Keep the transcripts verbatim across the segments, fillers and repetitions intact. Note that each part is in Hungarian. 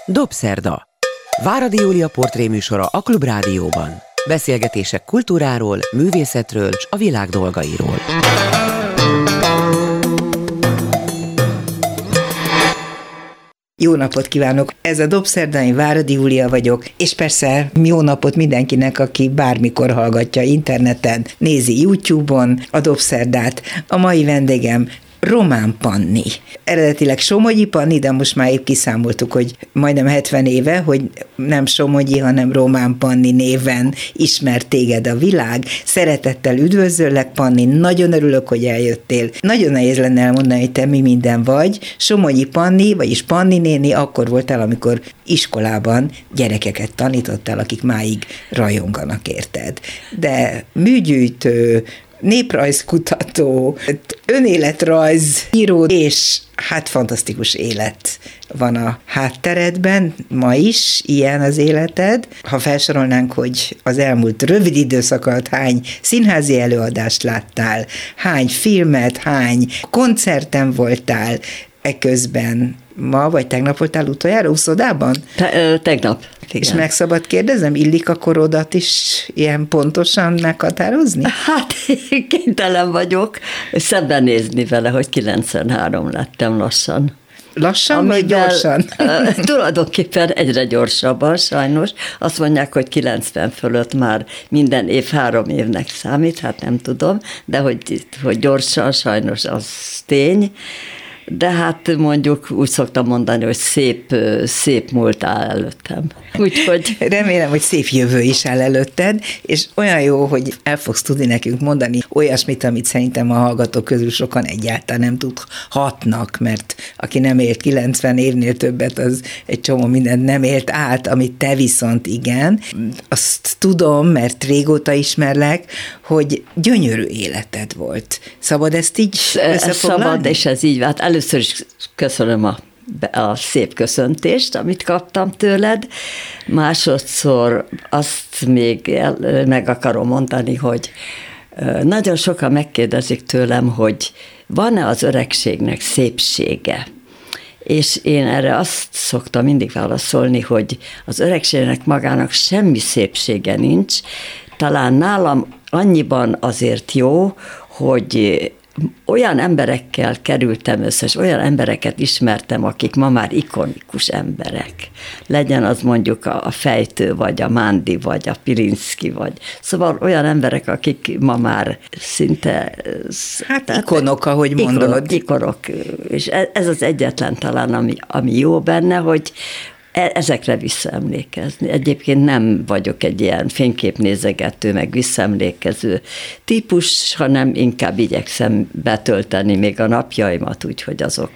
Dobszerda. Váradi Júlia portréműsora a Klubrádióban. Beszélgetések kultúráról, művészetről és a világ dolgairól. Jó napot kívánok! Ez a Dobszerda, én Váradi Júlia vagyok, és persze jó napot mindenkinek, aki bármikor hallgatja interneten, nézi YouTube-on a Dobszerdát. A mai vendégem Román Panni. Eredetileg Somogyi Panni, de most már épp kiszámoltuk, hogy majdnem hetven éve, hogy nem Somogyi, hanem Román Panni néven ismert téged a világ. Szeretettel üdvözöllek, Panni, nagyon örülök, hogy eljöttél. Nagyon nehéz lenne elmondani, hogy te mi minden vagy. Somogyi Panni, vagyis Panni néni akkor voltál, amikor iskolában gyerekeket tanítottál, akik máig rajonganak érted. De műgyűjtő, néprajzkutató, önéletrajz író, és hát fantasztikus élet van a hátteredben, ma is ilyen az életed. Ha felsorolnánk, hogy az elmúlt rövid időszak alatt hány színházi előadást láttál, hány filmet, hány koncerten voltál, eközben ma vagy tegnap voltál utoljára úszodában? Te, tegnap. Igen. És meg szabad kérdezem, illik a korodat is ilyen pontosan meghatározni? Hát kénytelen vagyok szembenézni vele, hogy kilencvenhárom lettem lassan. Lassan Amivel, vagy gyorsan? Tulajdonképpen egyre gyorsabban sajnos. Azt mondják, hogy kilencven fölött már minden év három évnek számít, hát nem tudom, de hogy, hogy gyorsan sajnos az tény. De hát mondjuk úgy szoktam mondani, hogy szép, szép múlt áll előttem. Úgyhogy... Remélem, hogy szép jövő is áll előtted, és olyan jó, hogy el fogsz tudni nekünk mondani olyasmit, amit szerintem a hallgatók közül sokan egyáltalán nem tudhatnak, mert aki nem élt kilencven évnél többet, az egy csomó mindent nem élt át, amit te viszont igen. Azt tudom, mert régóta ismerlek, hogy gyönyörű életed volt. Szabad ezt így összefoglalni? Szabad, és ez így vált. Először is köszönöm a, a szép köszöntést, amit kaptam tőled. Másodszor azt még el, meg akarom mondani, hogy nagyon sokan megkérdezik tőlem, hogy van-e az öregségnek szépsége? És én erre azt szoktam mindig válaszolni, hogy az öregségnek magának semmi szépsége nincs. Talán nálam annyiban azért jó, hogy olyan emberekkel kerültem össze, és olyan embereket ismertem, akik ma már ikonikus emberek. Legyen az mondjuk a Fejtő, vagy a Mándi, vagy a Pirinszky, vagy szóval olyan emberek, akik ma már szinte... Hát ikonok, ahogy mondod. Ikonok, ikonok. És ez az egyetlen talán, ami, ami jó benne, hogy ezekre visszaemlékezni. Egyébként nem vagyok egy ilyen fényképnézegető, meg visszaemlékező típus, hanem inkább igyekszem betölteni még a napjaimat, úgyhogy azok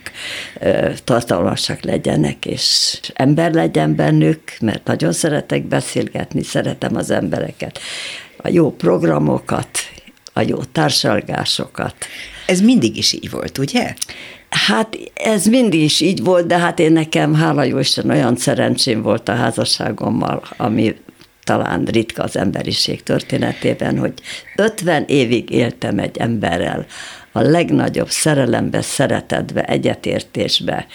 tartalmasak legyenek, és ember legyen bennük, mert nagyon szeretek beszélgetni, szeretem az embereket, a jó programokat, a jó társalgásokat. Ez mindig is így volt, ugye? Hát ez mindig is így volt, de hát én nekem, hála jó Isten, olyan szerencsém volt a házasságommal, ami talán ritka az emberiség történetében, hogy ötven évig éltem egy emberrel, a legnagyobb szerelembe, szeretetbe, egyetértésbe,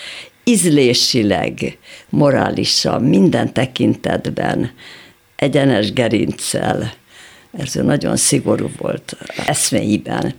ízlésileg, morálisan, minden tekintetben, egyenes gerinccel. Ez nagyon szigorú volt eszméiben.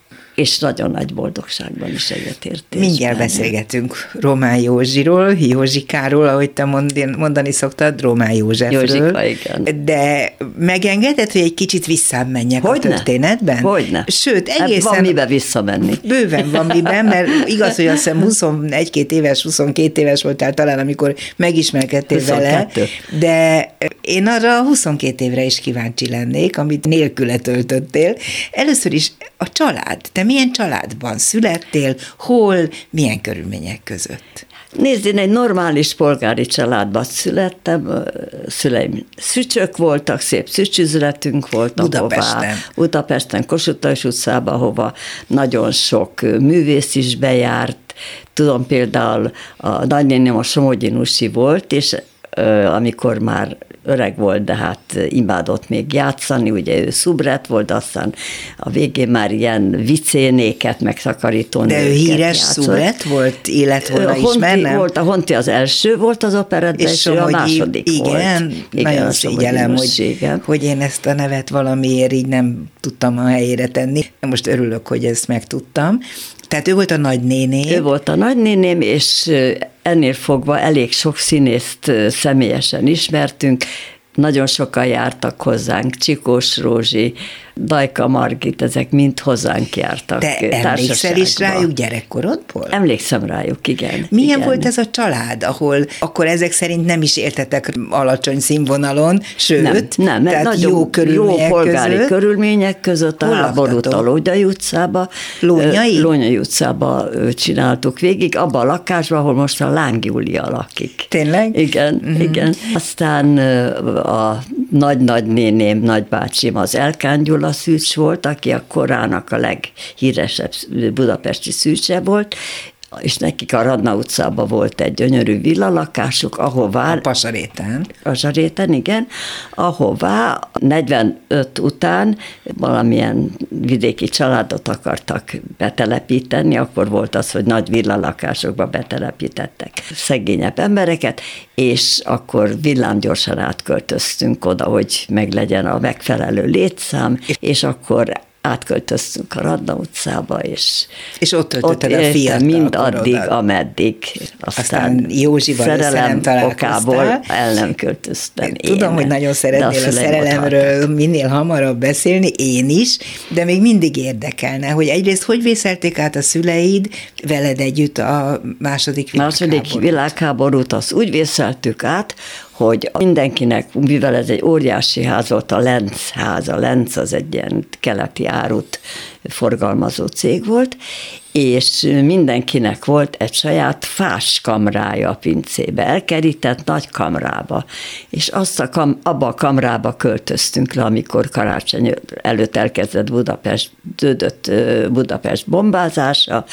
És nagyon nagy boldogságban is egyetértésben. Mindjárt beszélgetünk Román Józsiról, Józsikáról, ahogy te mondani szoktad, Román Józsefről. Józsika, igen. De megengeded, hogy egy kicsit visszamenjek Hogyne? a történetben? Hogyne. Sőt, egészen... Hát van miben visszamenni. Bőven van miben, mert igaz, hogy azt hiszem huszonegy-két éves, huszonkét éves voltál talán, amikor megismerkedtél huszonkettő. Vele, de én arra huszonkét évre is kíváncsi lennék, amit nélküle töltöttél. Először is a család. Te milyen családban születtél, hol, milyen körülmények között? Nézd, én egy normális polgári családban születtem, szüleim szücsök voltak, szép szücsüzletünk volt. Budapesten. Ahová, Budapesten, Kossuth utcában, hova nagyon sok művész is bejárt. Tudom, például a nagynéném a Somogyi Nusi volt, és amikor már öreg volt, de hát imádott még játszani, ugye ő szubret volt, aztán a végén már ilyen vicénéket, meg szakarítónéket. De ő híres játszott. szubret volt, élet volna ismernem? Volt, a Honti az első volt az operettben, és, és ő a második igen, volt. Igen, nagyon szégyellem, hogy, hogy én ezt a nevet valamiért így nem tudtam a helyére tenni. Most örülök, hogy ezt megtudtam. Tehát ő volt a nagynéném. Ő volt a nagynéném, és ennél fogva elég sok színészt személyesen ismertünk, nagyon sokan jártak hozzánk, Csikós Rózsi, Dajka Margit, ezek mind hozzánk jártak. Te emlékszel is rájuk gyerekkorodból? Emlékszem rájuk, igen. Milyen igen. volt ez a család, ahol akkor ezek szerint nem is éltetek alacsony színvonalon, sőt, nem, nem, tehát nagyon jó körülmények jó polgári között. körülmények között, a háborút a Lónyai utcába. Lónyai? Lónyai utcába csináltuk végig, abban a lakásban, ahol most a Láng Júlia lakik. Tényleg? Igen, mm-hmm. igen. Aztán a nagy-nagynéném, nagybácsim az Elkán Gyula Szűcs volt, aki a korának a leghíresebb budapesti szűcse volt, és nekik a Radna utcában volt egy gyönyörű villalakásuk, ahová... A Pasaréten. Pasaréten, igen, ahová negyvenöt után valamilyen vidéki családot akartak betelepíteni, akkor volt az, hogy nagy villalakásokba betelepítettek szegényebb embereket, és akkor villámgyorsan átköltöztünk oda, hogy meglegyen a megfelelő létszám, és akkor átköltöztünk a Radna utcába, és, és ott töltötted a fiatal mind addig, korodat. ameddig. Aztán, aztán Józsival szerelem okából el nem költöztem. Én tudom, én, hogy nagyon szeretnél a, a szerelemről minél hamarabb beszélni, én is, de még mindig érdekelne, hogy egyrészt hogy vészelték át a szüleid veled együtt a második világháborút? Második világháborút, azt úgy vészeltük át, hogy mindenkinek, mivel ez egy óriási ház volt, a Lenz ház, a Lenz az egy ilyen keleti árut forgalmazó cég volt, és mindenkinek volt egy saját fás kamrája a pincébe, elkerített nagy kamrába, és azt a kam, abba a kamrába költöztünk le, amikor karácsony előtt elkezdett Budapest, dődött Budapest bombázása,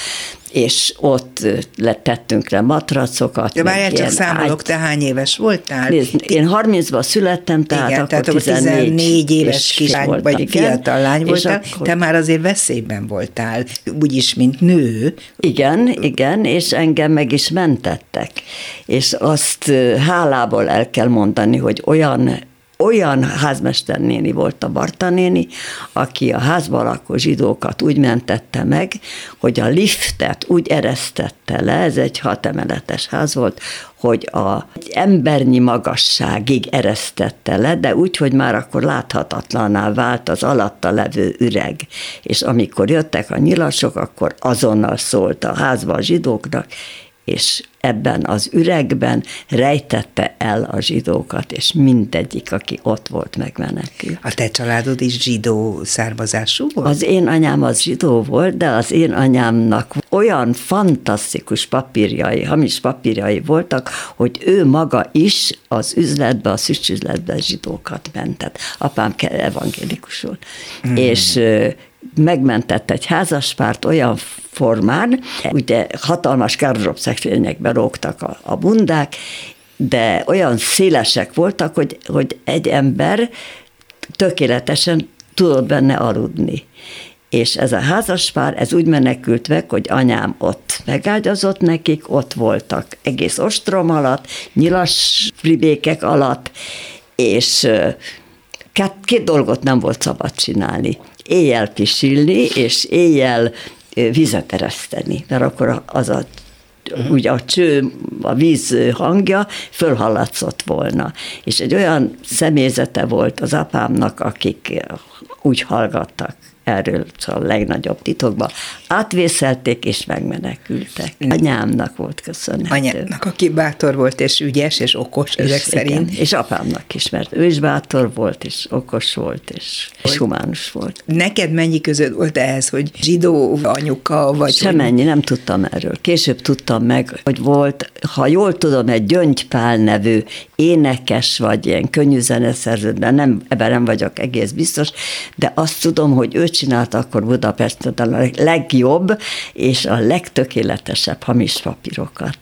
és ott letettünk le matracokat. De várjál, csak számolok, ágy... te hány éves voltál? Nézd, én harmincban születtem, tehát igen, akkor tehát tizennégy, tizennégy éves kislány, voltam, vagy igen, fiatal lány voltál, akkor... te már azért veszélyben voltál, úgyis, mint nő. Igen, igen, és engem meg is mentettek. És azt hálából el kell mondani, hogy olyan Olyan házmesternéni volt a Barta néni, aki a házban lakó zsidókat úgy mentette meg, hogy a liftet úgy eresztette le, ez egy hat emeletes ház volt, hogy a egy embernyi magasságig eresztette le, de úgy, hogy már akkor láthatatlanná vált az alatta levő üreg. És amikor jöttek a nyilasok, akkor azonnal szólt a házba a zsidóknak, és ebben az üregben rejtette el a zsidókat, és mindegyik, aki ott volt, megmenekült. A te családod is zsidó származású volt? Az én anyám az zsidó volt, de az én anyámnak olyan fantasztikus papírjai, hamis papírjai voltak, hogy ő maga is az üzletbe, a szücsüzletbe zsidókat mentett. Apám evangélikus volt. Mm. És megmentett egy házaspárt olyan formán, ugye hatalmas gardrób szekrényekbe rógtak a, a bundák, de olyan szélesek voltak, hogy, hogy egy ember tökéletesen tudott benne aludni. És ez a házaspár, ez úgy menekült meg, hogy anyám ott megágyazott nekik, ott voltak egész ostrom alatt, nyilas ribékek alatt, és két, két dolgot nem volt szabad csinálni. Éjjel pisilni, és éjjel vizet ereszteni, mert akkor az a, ugye a cső, a víz hangja fölhallatszott volna. És egy olyan személyzete volt az apámnak, akik úgy hallgattak erről a legnagyobb titokban, átvészelték és megmenekültek. Anyámnak volt köszönhető. Anyámnak, aki bátor volt és ügyes és okos, és ezek igen, szerint. És apámnak is, mert ő is bátor volt, és okos volt, és, és humánus volt. Neked mennyi között volt ehhez, hogy zsidó anyuka vagy? Semennyi, nem tudtam erről. Később tudtam meg, hogy volt, ha jól tudom, egy Gyöngy Pál nevű énekes, vagy ilyen könnyű zeneszerző, de nem, ebben nem vagyok egész biztos, de azt tudom, hogy ő csinálta akkor Budapesten a legjobb és a legtökéletesebb hamis papírokat.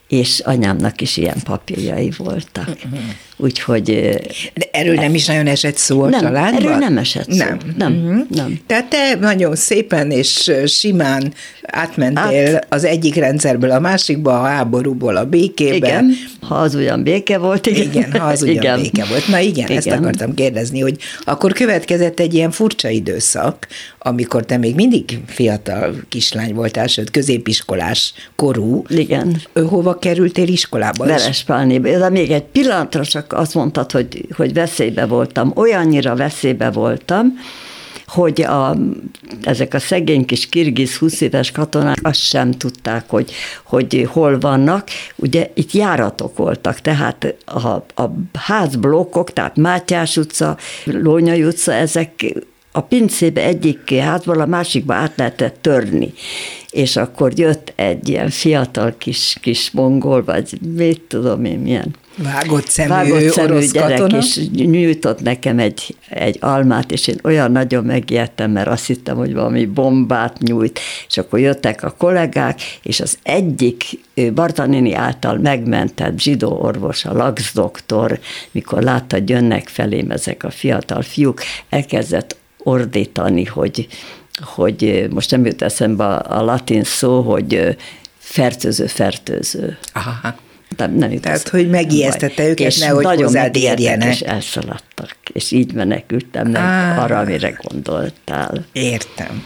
és anyámnak is ilyen papírjai voltak. Úgyhogy... De erről nem is nagyon esett szó a nem, családban? Erről nem esett szó. Nem. Nem, uh-huh. nem. Tehát te nagyon szépen és simán átmentél Át... az egyik rendszerből a másikba, a háborúból a békébe. Igen, ha az ugyan béke volt. Igen, igen ha az ugyan igen. béke volt. Na igen, igen, ezt akartam kérdezni, hogy akkor következett egy ilyen furcsa időszak, amikor te még mindig fiatal kislány voltál, sőt középiskolás korú. Igen. Hova kerültél iskolába? Verespálnéba. De még egy pillanatra csak azt mondtad, hogy, hogy veszélybe voltam. Olyannyira veszélybe voltam, hogy a, ezek a szegény kis kirgiz húsz éves katonák azt sem tudták, hogy, hogy hol vannak. Ugye itt járatok voltak, tehát a, a házblokkok, tehát Mátyás utca, Lónyai utca, ezek a pincébe egyik házból a másikba át lehetett törni. És akkor jött egy ilyen fiatal kis, kis mongol, vagy mit tudom én, milyen vágott szemű, vágott szemű orosz gyerek, katona. És nyújtott nekem egy, egy almát, és én olyan nagyon megijedtem, mert azt hittem, hogy valami bombát nyújt, és akkor jöttek a kollégák, és az egyik Barta néni által megmentett zsidó orvos, a Lax doktor, mikor látta, hogy jönnek felém ezek a fiatal fiúk, elkezdett ordítani, hogy, hogy most nem jut eszembe a, a latin szó, hogy fertőző, fertőző. Aha. Nem jut Tehát, hogy megijesztette őket, és nehogy hozzád érjenek. És elszaladtak, és így menekültem meg ah. arra, amire gondoltál. Értem.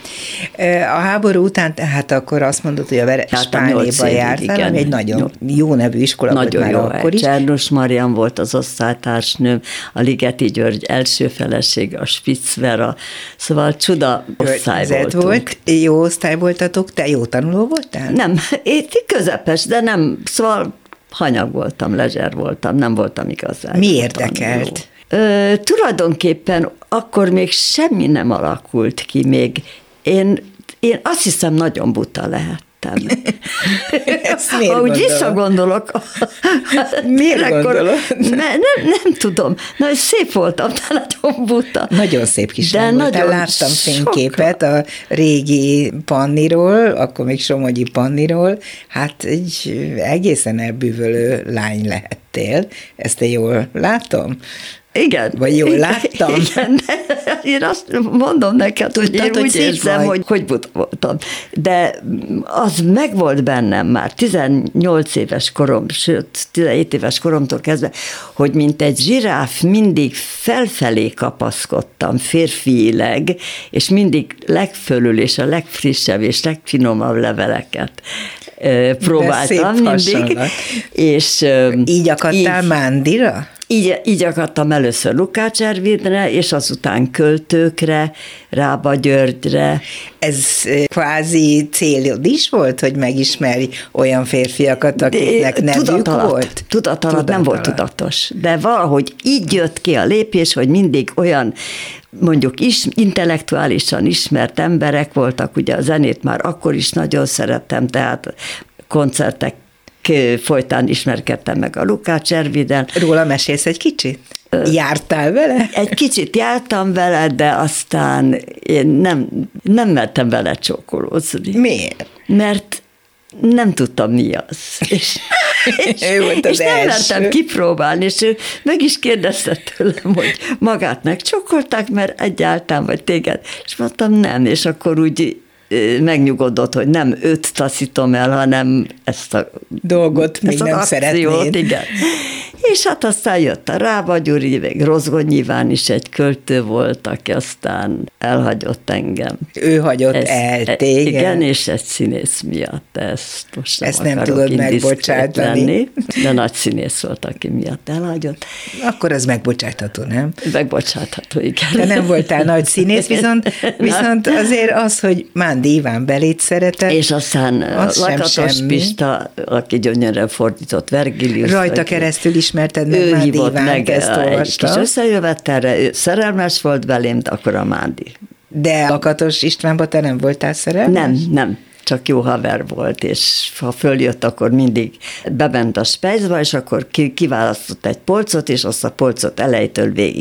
A háború után tehát akkor azt mondod, hogy a Verespálnéba jártál, ami egy nagyon jó nevű iskola nagyon volt jó, már akkor is. Csernus Marian volt az osztálytársnőm, a Ligeti György első felesége, a Spitzvera, szóval csuda osztály voltunk. Volt. Jó osztály voltatok, te jó tanuló voltál? Nem, itt közepes, de nem, szóval hanyag voltam, lezser voltam, nem voltam igazán. Mi érdekelt? Ö, tulajdonképpen akkor még semmi nem alakult ki, még én, én azt hiszem nagyon buta lehettem. Ezt miért Ahogy gondolod? visszagondolok. Miért akkor, gondolod? Ne, nem, nem tudom. Na, szép voltam, de nagyon buta. Nagyon szép kislány voltál. Láttam fényképet a régi Panniról, akkor még Somogyi Panniról. Hát egy egészen elbűvölő lány lehettél. Ezt te jól látom? Igen. Vagy jól láttam? Igen, én azt mondom neked, hogy Tudtad, én hogy úgy érzem, vagy. hogy, hogy buta voltam. De az megvolt bennem már tizennyolc éves korom, sőt, tizenhét éves koromtól kezdve, hogy mint egy zsiráf mindig felfelé kapaszkodtam férfiileg, és mindig legfölül és a legfrissebb és legfinomabb leveleket próbáltam mindig. És, így akadtál így, Mándira? Így, így akadtam először Lukács Ervidre, és azután Költőkre, Rába Györgyre. Ez kvázi célod is volt, hogy megismerj olyan férfiakat, akiknek nevük tudat alatt, volt? Tudat alatt, nem volt tudatos, de valahogy így jött ki a lépés, hogy mindig olyan mondjuk is, intellektuálisan ismert emberek voltak, ugye a zenét már akkor is nagyon szerettem, tehát koncertek folytán ismerkedtem meg a Lukács Erviden. Róla mesélsz egy kicsit? Jártál vele? Egy kicsit jártam vele, de aztán én nem, nem mertem vele csókolózni. Miért? Mert nem tudtam, mi az. És, és, ő volt az és nem első. mertem kipróbálni, és ő meg is kérdezte tőlem, hogy magát megcsókolták, mert egyáltalán, vagy téged. És mondtam, nem, és akkor úgy megnyugodott, hogy nem őt taszítom el, hanem ezt a dolgot még nem szeretnéd. Igen. És hát aztán jött a Rába Gyuri, meg Rozgonyi Iván is egy költő volt, aki aztán elhagyott engem. Ő hagyott ez, el téged. Igen, és egy színész miatt ezt most nem ezt nem akarok tudod megbocsátani. lenni, de nagy színész volt, aki miatt elhagyott. Akkor ez megbocsátható, nem? Megbocsátható, igen. Te nem voltál nagy színész, viszont, viszont azért az, hogy Mándi Iván belét szeretett. És aztán Lakatos Pista, aki gyönyörűen fordított Vergilius. Rajta keresztül ismerted meg Mándi Ivánt, ezt olvastam. Egy kis összejövetelre, ő szerelmes volt belém, de akkor a Mándi. De Lakatos Istvánba te nem voltál szerelmes? Nem, nem. Csak jó haver volt, és ha följött, akkor mindig bement a spejzba, és akkor kiválasztott egy polcot, és azt a polcot elejétől végigette.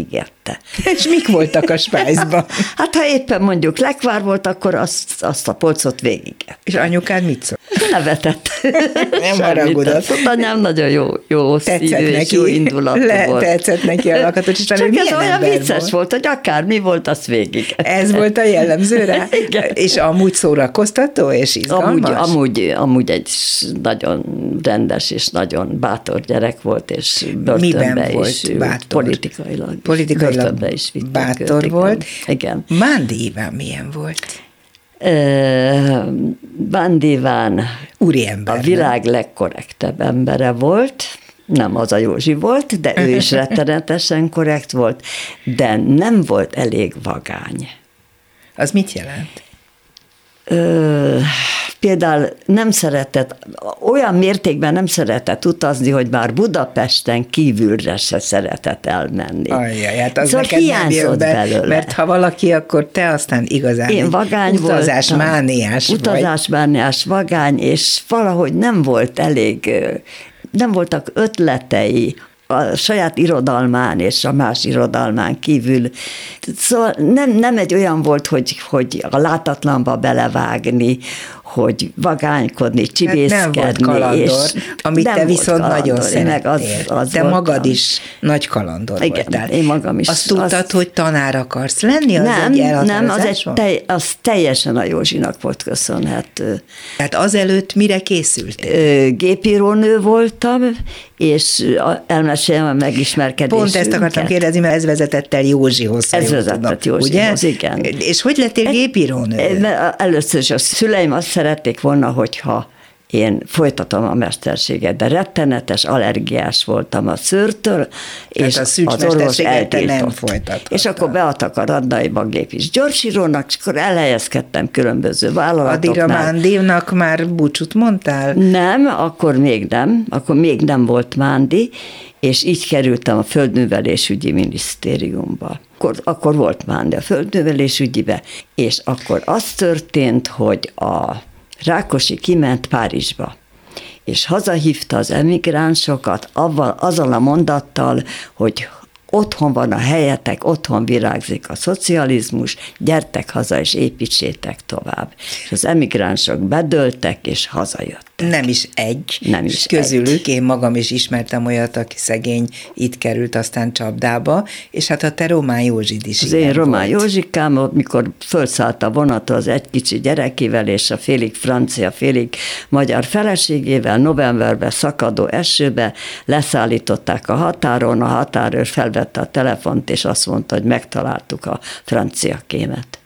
szerette. És mik voltak a spájzban? Hát ha éppen mondjuk lekvár volt, akkor azt, azt a polcot végig. És anyukád mit szól? Nevetett. Nem haragudott. Anyám nagyon jó, jó szívű és jó indulatú Le, volt. Tetszett neki a lakatos István, Csak hogy ez milyen olyan ember vicces volt. volt, hogy akármi volt, az végig. Ez volt a jellemző rá? Igen. És amúgy szórakoztató és izgalmas? Amúgy, amúgy, amúgy egy nagyon rendes és nagyon bátor gyerek volt, és börtönbe is, bátor? politikailag, Politikailag börtönbe is vitték bátor őt, volt. Igen. Mándi Iván milyen volt? Mándi Iván Úriember. a világ legkorrektebb embere volt, nem az a Józsi volt, de ő is rettenetesen korrekt volt, de nem volt elég vagány. Az mit jelent? Ö, például nem szeretett, olyan mértékben nem szeretett utazni, hogy már Budapesten kívülre se szeretett elmenni. Ajjaj, hát az szóval neked nem jön be, belőle. mert ha valaki, akkor te aztán igazán Én vagány utazásmániás vagy. Utazásmániás, vagány, és valahogy nem volt elég, nem voltak ötletei a saját irodalmán és a más irodalmán kívül. Szóval nem, nem egy olyan volt, hogy, hogy a látatlanba belevágni, hogy vagánykodni, csibészkedni. Hát nem volt kalandor, és amit te viszont kalandor, nagyon szerettél. Az, az te voltam. Magad is nagy kalandor igen, voltál. Én magam is. Azt tudtad, azt... hogy tanár akarsz lenni? Az nem, egy nem, az, egy tej, az teljesen a Józsinak volt köszönhető. Tehát azelőtt mire készültél? Gépírónő voltam, és elmesélem a megismerkedésünket. Pont ezt akartam kérdezni, mert ez vezetett el Józsihoz. Ez vezetett Józsihoz, igen. És hogy lettél gépírónő? Először is a szüleim azt szerették volna, hogyha én folytatom a mesterséget, de rettenetes allergiás voltam a szőrtől, és a az orvos eltiltott. Nem és akkor beadtak a Radnaiba gépis gyorsírónak, és akkor elhelyezkedtem különböző vállalatoknál. Addigra Mándénak már búcsút mondtál? Nem, akkor még nem, akkor még nem volt Mándi, és így kerültem a Földművelésügyi Minisztériumba. Akkor, akkor volt Mándi a Földművelésügyibe, és akkor az történt, hogy a Rákosi kiment Párizsba, és hazahívta az emigránsokat avval, azzal a mondattal, hogy otthon van a helyetek, otthon virágzik a szocializmus, gyertek haza és építsétek tovább. És az emigránsok bedőltek és hazajöttek. Nem is egy. Nem is közülük egy. Én magam is ismertem olyat, aki szegény itt került aztán csapdába, és hát a te Román Józsid is az én Román Józsikám, mikor fölszállt a vonatra az egy kicsi gyerekével, és a félig francia, félig magyar feleségével novemberben szakadó esőbe leszállították a határon, a határőr felvette a telefont, és azt mondta, hogy megtaláltuk a francia kémet.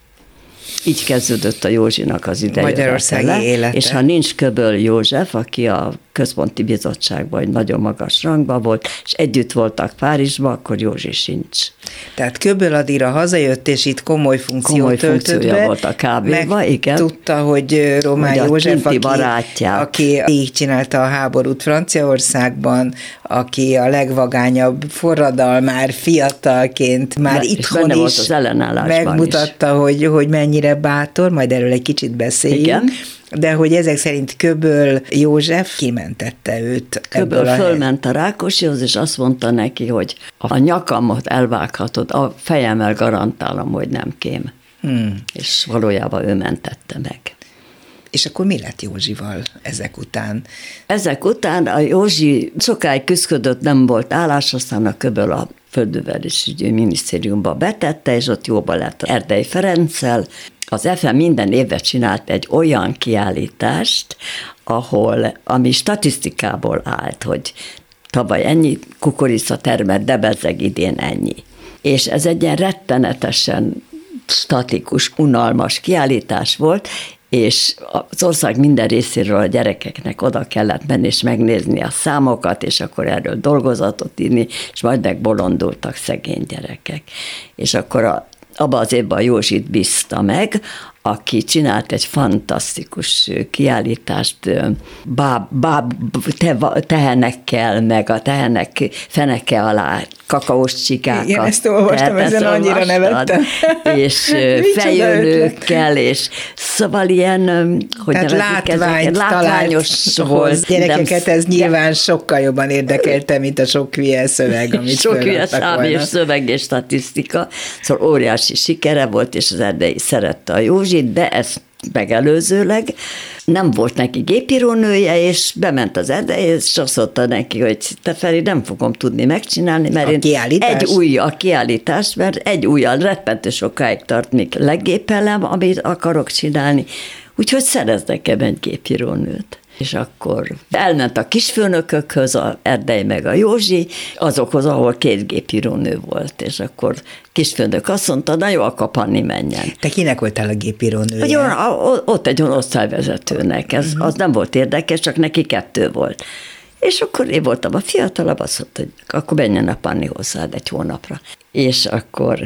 Így kezdődött a Józsinak az Magyarországi élete. És ha nincs Köböl József, aki a központi bizottságban egy nagyon magas rangban volt, és együtt voltak Párizsban, akkor Józsi sincs. Tehát Köböl addigra hazajött, és itt komoly funkciót komoly töltött be. volt a ká bé-ba, igen. Tudta, hogy Román hogy József, aki, aki így csinálta a háborút Franciaországban, aki a legvagányabb forradalmár fiatalként már Be, itthon is volt az ellenállásban megmutatta, is. Hogy, hogy mennyire bátor, majd erről egy kicsit beszéljünk. Igen. De hogy ezek szerint Köböl József kimentette őt. Köböl fölment a Rákosihoz, és azt mondta neki, hogy a nyakamat elvághatod, a fejemmel garantálom, hogy nem kém. Hmm. És valójában ő mentette meg. És akkor mi lett Józsival ezek után? Ezek után a Józsi sokáig küzdött, nem volt állás, aztán a Köböl a Földművelésügyi Minisztériumba betette, és ott jóba lett Erdei Ferenccel. Az ef em minden évben csinált egy olyan kiállítást, ahol, ami statisztikából állt, hogy tavaly ennyi kukorica termett, de bezzeg idén ennyi. És ez egy ilyen rettenetesen statikus, unalmas kiállítás volt, és az ország minden részéről a gyerekeknek oda kellett menni és megnézni a számokat, és akkor erről dolgozatot írni, és majd megbolondultak szegény gyerekek. És akkor a abban az évben a Józsit bízta meg aki csinált egy fantasztikus kiállítást báb, báb, te, tehenekkel, meg a tehenek feneke alá kakaós csikákat. Igen, ezt olvastam, ezen annyira nevettem. És fejölőkkel, és szóval ilyen, hogy tehát látványt látványos volt. Gyerekeket ez nyilván sokkal jobban érdekelte, mint a sok hülye szöveg, amit sok hülye szám volna. És szöveg és statisztika. Szóval óriási sikere volt, és az Erdélyi szerette a Józsit, de ezt megelőzőleg nem volt neki gépírónője, és bement az Erdélyhez, és azt mondta neki, hogy te Feri, nem fogom tudni megcsinálni, mert a én kiállítás? egy új a kiállítás, mert egy újjal rettentő sokáig tart, míg leggépelem, amit akarok csinálni, úgyhogy szerez nekem egy gépírónőt. És akkor elment a kisfőnökökhöz, a Erdély meg a Józsi, azokhoz, ahol két gépírónő volt, és akkor kisfőnök azt mondta, na jó, akkor Panni menjen. Te kinek voltál a gépírónője? Hogy ott egy olyan osztályvezetőnek, ez, uh-huh. az nem volt érdekes, csak neki kettő volt. És akkor én voltam a fiatalabb, azt mondta, hogy akkor menjen a Panni hozzád egy hónapra. És akkor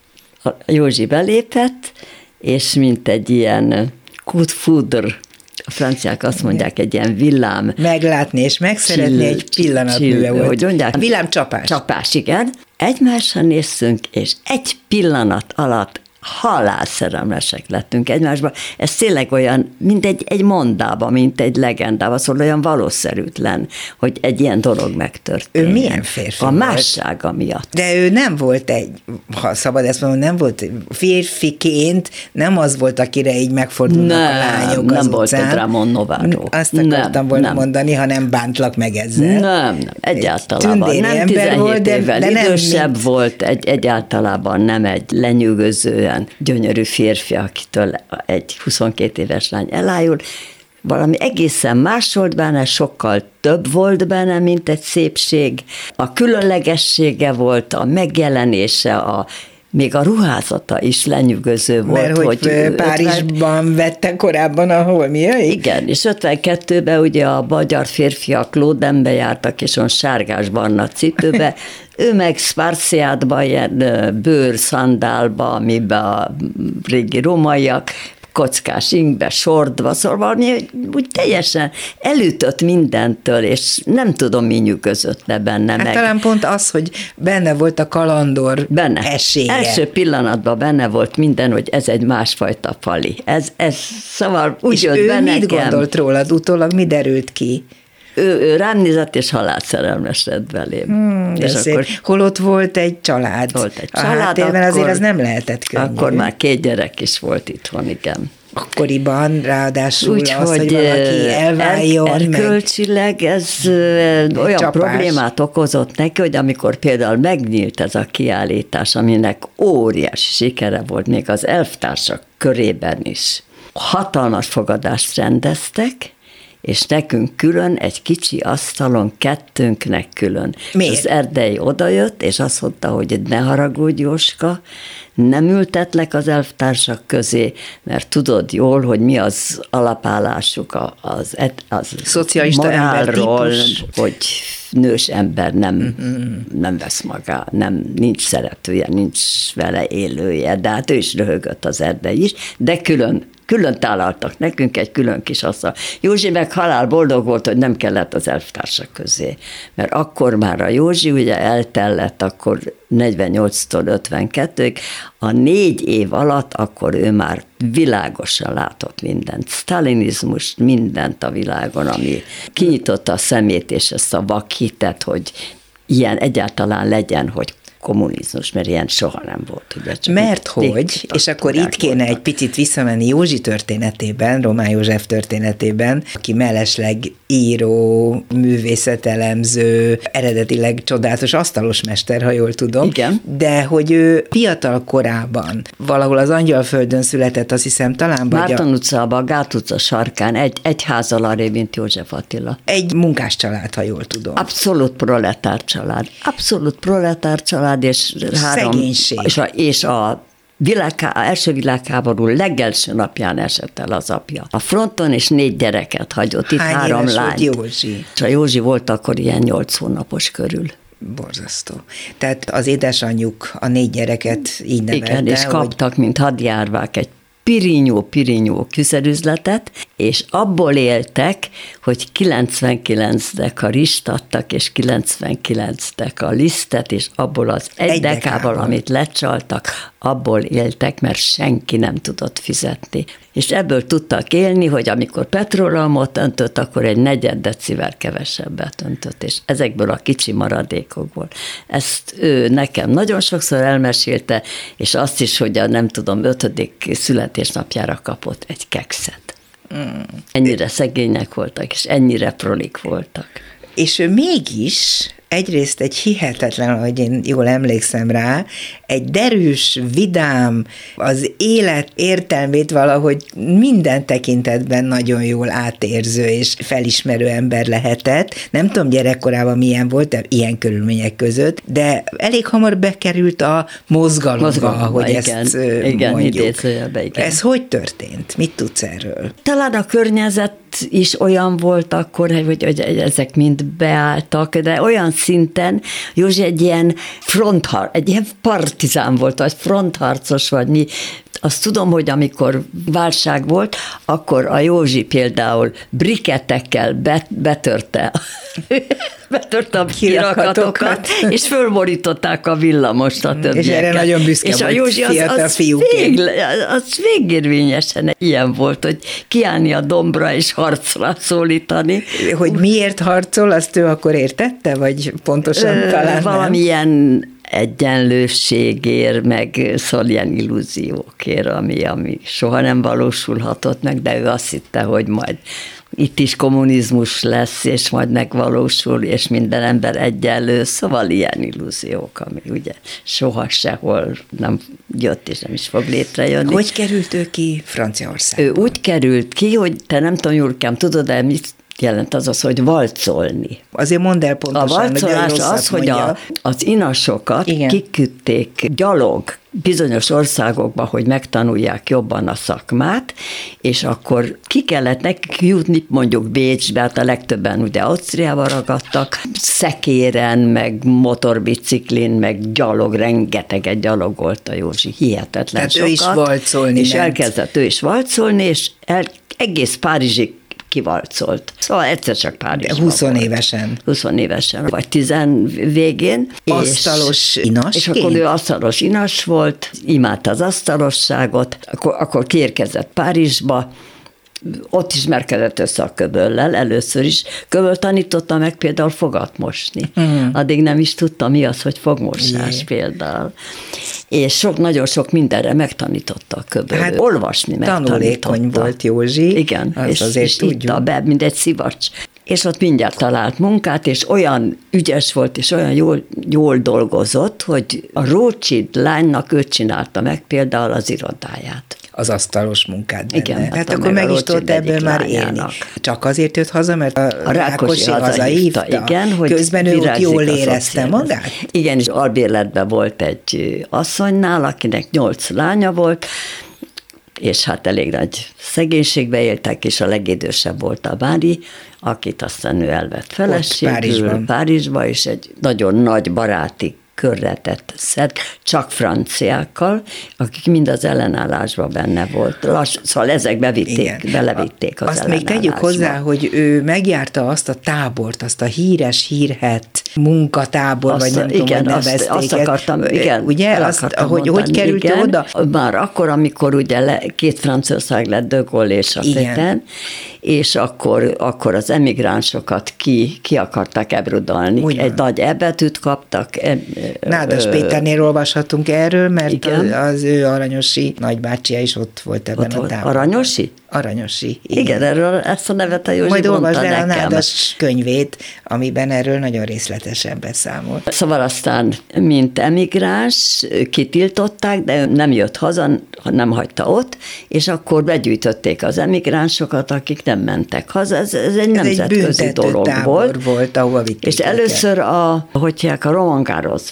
a Józsi belépett, és mint egy ilyen good fooder, a franciák azt mondják, egy ilyen villám. Meglátni és megszeretni egy pillanatműve volt. Hogy mondják? Villámcsapás. Csapás, igen. Egymásra néztünk, és egy pillanat alatt halálszerelmesek lettünk egymásba. Ez tényleg olyan, mint egy, egy mondába, mint egy legendába, szóval olyan valószerűtlen, hogy egy ilyen dolog megtörtént. Ő milyen férfi A volt? mássága miatt. De ő nem volt egy, ha szabad ezt mondani, nem volt férfiként, nem az volt, akire így megfordulnak nem, a lányok nem az volt utcán. egy Ramon Novarro. Azt akartam nem, volna nem. mondani, ha nem bántlak meg ezzel. Nem, nem, egyáltalán. Nem tizenhét volt, de, évvel de idősebb nem, volt, egy, egyáltalán nem egy lenyűgözően gyönyörű férfi, akitől egy huszonkét éves lány elájul. Valami egészen más volt benne, sokkal több volt benne, mint egy szépség. A különlegessége volt, a megjelenése, a még a ruházata is lenyűgöző volt. Mert hogy, hogy Párizsban ötven... vette korábban a holmiai? Igen, és ötvenkettőben ugye a magyar férfiak lódembe jártak, és olyan sárgás-barna cipőbe, ő meg Sparciátban, ilyen bőr szandálba, amiben a régi rómaiak, kockás ingbe, sordba, szóval valami úgy teljesen elütött mindentől, és nem tudom, mi nyűgözött le benne hát meg. Talán pont az, hogy benne volt a kalandor benne. esélye. Első pillanatban benne volt minden, hogy ez egy másfajta Fali. Ez, ez szóval úgy és jött ő be mit nekem. gondolt rólad? Utólag mi derült ki? Ő, ő rám nézett, és halálszerelmes lett belém. Hmm, és akkor holott volt egy család. Volt egy a család, háttérben akkor, azért az nem lehetett könnyű. Akkor már két gyerek is volt itthon, igen. Akkoriban ráadásul úgy, az, hogy, hogy valaki elváljon. Er, erkölcsileg ez olyan csapás. Problémát okozott neki, hogy amikor például megnyílt ez a kiállítás, aminek óriási sikere volt még az elvtársak körében is, hatalmas fogadást rendeztek, és nekünk külön egy kicsi asztalon, kettőnknek külön. Miért? Az Erdély odajött, és azt mondta, hogy ne haragudj, Jóska, nem ültetlek az elvtársak közé, mert tudod jól, hogy mi az alapállásuk az, az szocialista morálról, embertípus, hogy nős ember nem, mm-hmm. nem vesz magá, nem, nincs szeretője, nincs vele élője, de hát ő is röhögött az Erdély is, de külön Külön tálaltak nekünk egy külön kis asztal. Józsi meg halál boldog volt, hogy nem kellett az elvtársak közé. Mert akkor már a Józsi ugye eltellett, akkor negyvennyolctól ötvenkettőig, a négy év alatt akkor ő már világosan látott mindent. Sztalinizmust, mindent a világon, ami kinyitotta a szemét és ezt a vakhitet, hogy ilyen egyáltalán legyen, hogy kommunizmus, mert ilyen soha nem volt. Ugye, csak mert hogy, és akkor itt kéne voltak. Egy picit visszamenni Józsi történetében, Román József történetében, aki mellesleg író, művészetelemző, eredetileg csodálatos asztalosmester, ha jól tudom. Igen. De hogy ő fiatal korában valahol az Angyalföldön született, azt hiszem talán... Márton utcában, a Gát utca sarkán, egy, egy házzal arrébb, mint József Attila. Egy munkás család, ha jól tudom. Abszolút proletár család. Abszolút proletár család, és három... Szegénység. És a, és a világhá, első világháború legelső napján esett el az apja. A fronton és négy gyereket hagyott, itt hány három éves lányt. volt Józsi? És a Józsi volt akkor ilyen nyolc hónapos körül. Borzasztó. Tehát az édesanyjuk a négy gyereket így nevelte. Igen, és kaptak, hogy... mint hadjárvák, egy pirinyó-pirinyó fűszerüzletet, és abból éltek, hogy kilencvenkilenc deka rist adtak, és kilencvenkilenc deka lisztet, és abból az egy, egy dekával, dekával, amit lecsaltak, abból éltek, mert senki nem tudott fizetni. És ebből tudtak élni, hogy amikor petróleumot öntött, akkor egy negyed decivel kevesebbet öntött, és ezekből a kicsi maradékokból. Ezt ő nekem nagyon sokszor elmesélte, és azt is, hogy a nem tudom, ötödik születésnapjára kapott egy kekszet. Mm. Ennyire szegények voltak, és ennyire prolik voltak. És ő mégis egyrészt egy hihetetlen, ahogy én jól emlékszem rá, egy derűs, vidám, az élet értelmét valahogy minden tekintetben nagyon jól átérző és felismerő ember lehetett. Nem tudom gyerekkorában milyen volt, de ilyen körülmények között, de elég hamar bekerült a mozgalomba, mozgalomba ahogy igen, ezt igen, mondjuk. Igen. Ez hogy történt? Mit tudsz erről? Talán a környezet is olyan volt akkor, hogy, hogy ezek mind beálltak, de olyan szinten Józsi egy ilyen fronthar, egy ilyen partizán volt, vagy frontharcos, vagy mi. Azt tudom, hogy amikor válság volt, akkor a Józsi például brikettekkel bet, betörte, betörte a kirakatokat, és fölborították a villamost a többieket. És erre nagyon büszke és volt a Józsi az, fiatal az, fiúként. vég, az végérvényesen ilyen volt, hogy kiállni a dombra és harcra szólítani. Hogy miért harcol, azt ő akkor értette, vagy pontosan Ö, talán valamilyen nem? Egyenlőségért, meg szóval ilyen illúziókért, ami, ami soha nem valósulhatott meg, de ő azt hitte, hogy majd itt is kommunizmus lesz, és majd megvalósul, és minden ember egyenlő, szóval ilyen illúziók, ami ugye soha sehol nem jött, és nem is fog létrejönni. Hogy került ő ki Franciaországba? Ő úgy került ki, hogy te nem tudom, Jurkám, tudod, de mit jelent az az, hogy valcolni. Azért mondd el pontosan, a valcolás az, hogy a, az inasokat igen. kiküldték gyalog bizonyos országokba, hogy megtanulják jobban a szakmát, és akkor ki kellett nekik jutni, mondjuk Bécsbe, hát a legtöbben ugye Ausztriába ragadtak, szekéren, meg motorbiciklin, meg gyalog, rengeteget gyalogolt a Józsi, hihetetlen tehát sokat. ő is valcolni És ment. elkezdett ő is valcolni, és el, egész Párizsig kivalcolt. Szóval egyszer csak Párizsban húsz évesen. húsz évesen, vagy tizen végén. Asztalos és, inas. És akkor ő asztalos inas volt, imádta az asztalosságot, akkor, akkor kiérkezett Párizsba, ott ismerkedett össze a köböllel, először is. Köböl tanította meg például fogat mosni. Mm. Addig nem is tudta, mi az, hogy fogmosás Jé. például. És sok, nagyon sok mindenre megtanította a köböl. Hát, olvasni megtanította. Tanulékony volt Józsi. Igen, az és, azért és itta be, mint egy szivacs. És ott mindjárt talált munkát, és olyan ügyes volt, és olyan jól, jól dolgozott, hogy a Rothschild lánynak ő csinálta meg például az irodáját. Az asztalos munkát benne. Igen, hát akkor meg is tudott ebből már élni. Csak azért jött haza, mert a, a Rákosi hazahívta. Igen, hogy közben ő ott jól érezte magát? Igen, és albérletben volt egy asszonynál, akinek nyolc lánya volt, és hát elég nagy szegénységbe éltek, és a legidősebb volt a Mári, akit aztán ő elvett feleségül Párizsban. Párizsba, és egy nagyon nagy baráti körre tett szed, csak franciákkal, akik mind az ellenállásban benne volt. Lass, szóval ezek bevitték, belevitték az azt ellenállásba. Azt még tegyük hozzá, hogy ő megjárta azt a tábort, azt a híres, hírhet munkatábor, azt, vagy nem igen, tudom, hogy nevezték. Azt, azt akartam, igen, ugye, azt, hogy, mondani, hogy került igen, oda? Már akkor, amikor ugye le, két Franciaország lett, De Gaulle és a Pétain, és akkor, akkor az emigránsokat ki, ki akarták ebrudalni. Ugyan. Egy nagy ebetűt kaptak. E, Nádas ö, Péternél olvashatunk erről, mert az, az ő aranyosi nagybácsia is ott volt ebben ott a táborban. Aranyosi? Aranyosi. Igen, igen, erről ezt a nevet a Józsi majd mondta nekem. Majd olvasd el a Nádas könyvét, amiben erről nagyon részletesen beszámolt. Szóval aztán, mint emigráns, kitiltották, de nem jött haza, nem hagyta ott, és akkor begyűjtötték az emigránsokat, akik nem mentek haza. Ez, ez egy ez nemzetközi egy dolog volt. volt, ahova vitték és először a, hogy hívják, a Roland Garrosba.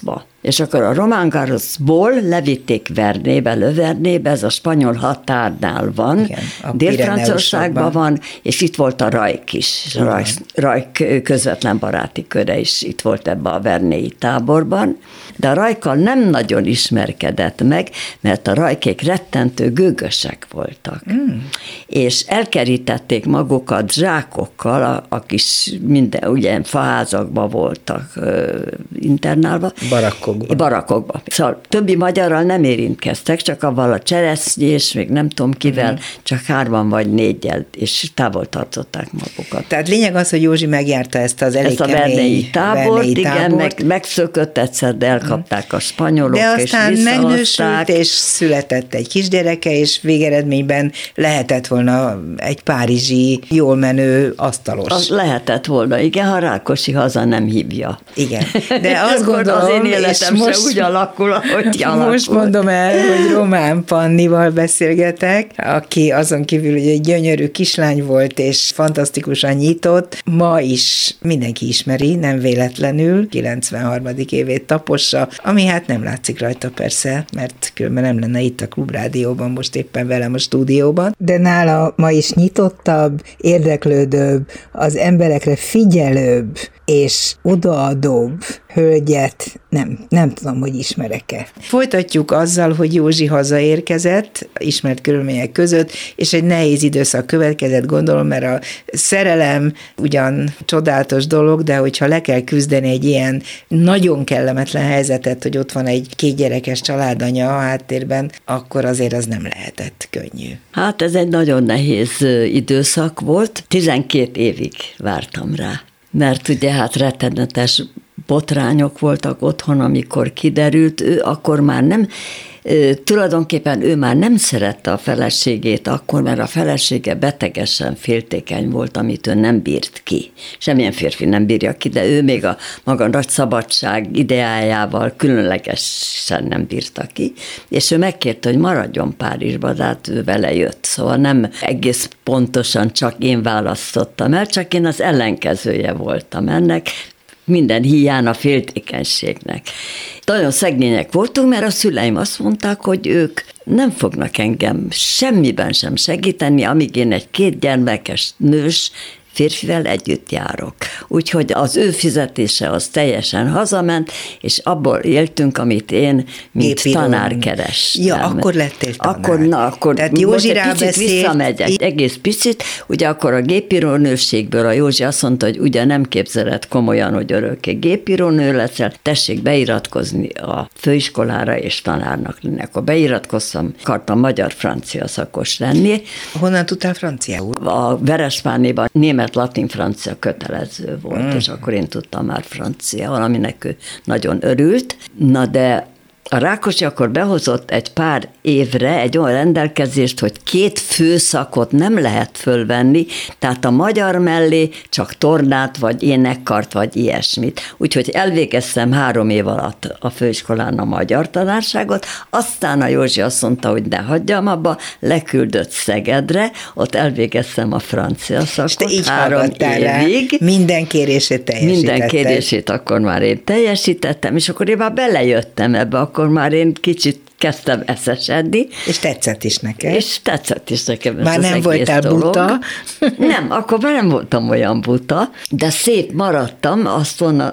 és akkor a Roland Garrosból levitték Vernébe, Lövernébe, ez a spanyol határnál van, igen, Dél-Franciaországban van, és itt volt a Rajk is, Rajk, Rajk közvetlen baráti köre is itt volt ebbe a vernéi táborban, de a Rajkkal nem nagyon ismerkedett meg, mert a Rajkék rettentő gőgösek voltak. Mm. És elkerítették magukat zsákokkal, a, a kis minden, ugye faházakban voltak ö, internálva. Barakkokban. Barakkokban. Szóval többi magyarral nem érintkeztek, csak avval a Cseresznyés, még nem tudom kivel, mm. csak hárman vagy négyel, és távol tartották magukat. Tehát lényeg az, hogy Józsi megjárta ezt az elég ezt a kemény vernei tábort, vernei igen, tábort. meg, megszökött egyszer, de elkapták a spanyolok, de aztán és megnősült, és született egy kisgyereke, és végeredményben lehetett volna egy párizsi, jól menő asztalos. Az lehetett volna, igen, ha Rákosi haza nem hívja. Igen, de azt gondolom, az én életem és se most, úgy alakul, ahogy alakul. Most mondom el, hogy Román Pannival beszélgetek, aki azon kívül, hogy egy gyönyörű kislány volt, és fantasztikusan nyitott, ma is mindenki ismeri, nem véletlenül, kilencvenharmadik évét tapossa, ami hát nem látszik rajta persze, mert különben nem lenne itt a Klubrádióban, most éppen velem a stúdióban. De nála ma is nyitottabb, érdeklődőbb, az emberekre figyelőbb, és odaadóbb hölgyet nem, nem tudom, hogy ismerek-e. Folytatjuk azzal, hogy Józsi hazaérkezett, ismert körülmények között, és egy nehéz időszak következett, gondolom, mert a szerelem ugyan csodálatos dolog, de hogyha le kell küzdeni egy ilyen nagyon kellemetlen helyzetet, hogy ott van egy kétgyerekes családanya a háttérben, akkor azért az nem lehetett könnyű. Hát ez egy nagyon nehéz időszak volt, tizenkét évig vártam rá. Mert ugye hát rettenetes botrányok voltak otthon, amikor kiderült, ő akkor már nem, tulajdonképpen ő már nem szerette a feleségét akkor, mert a felesége betegesen féltékeny volt, amit ő nem bírt ki. Semmilyen férfi nem bírja ki, de ő még a maga nagy szabadság ideájával különlegesen nem bírta ki, és ő megkérte, hogy maradjon Párizsba, de hát ő vele jött. Szóval nem egész pontosan csak én választottam el, csak én az ellenkezője voltam ennek, minden hiány a féltékenységnek. Nagyon szegények voltunk, mert a szüleim azt mondták, hogy ők nem fognak engem semmiben sem segíteni, amíg én egy kétgyermekes nős férfivel együtt járok. Úgyhogy az ő fizetése az teljesen hazament, és abból éltünk, amit én, mint Gépíró. tanár kerestem. Ja, akkor lettél tanár. Akkor, na, akkor Tehát Józsi egy picit visszamegy, egy egész picit, ugye akkor a gépírónőségből a Józsi azt mondta, hogy ugye nem képzeled komolyan, hogy örökké gépírónő leszel, tessék beiratkozni a főiskolára és tanárnak lenni. Akkor beiratkoztam, akartam magyar-francia szakos lenni. Honnan tudtál franciául? A Verespánéban német latin-francia kötelező volt, mm. és akkor én tudtam már francia, valaminek ő nagyon örült. Na de a Rákosi akkor behozott egy pár évre egy olyan rendelkezést, hogy két főszakot nem lehet fölvenni, tehát a magyar mellé csak tornát, vagy énekkart, vagy ilyesmit. Úgyhogy elvégeztem három év alatt a főiskolán a magyar tanárságot, aztán a Józsi azt mondta, hogy ne hagyjam abba, leküldött Szegedre, ott elvégeztem a francia szakot. És te így három évig. Rá. Minden kérését teljesítetted. Minden kérését akkor már én teljesítettem, és akkor én már belejöttem ebbe, akkor már én kicsit kezdtem eszesedni. És tetszett is neked. És tetszett is nekem ez már az nem egész voltál dolog. buta? Nem, akkor már nem voltam olyan buta, de szép maradtam, azt onnan,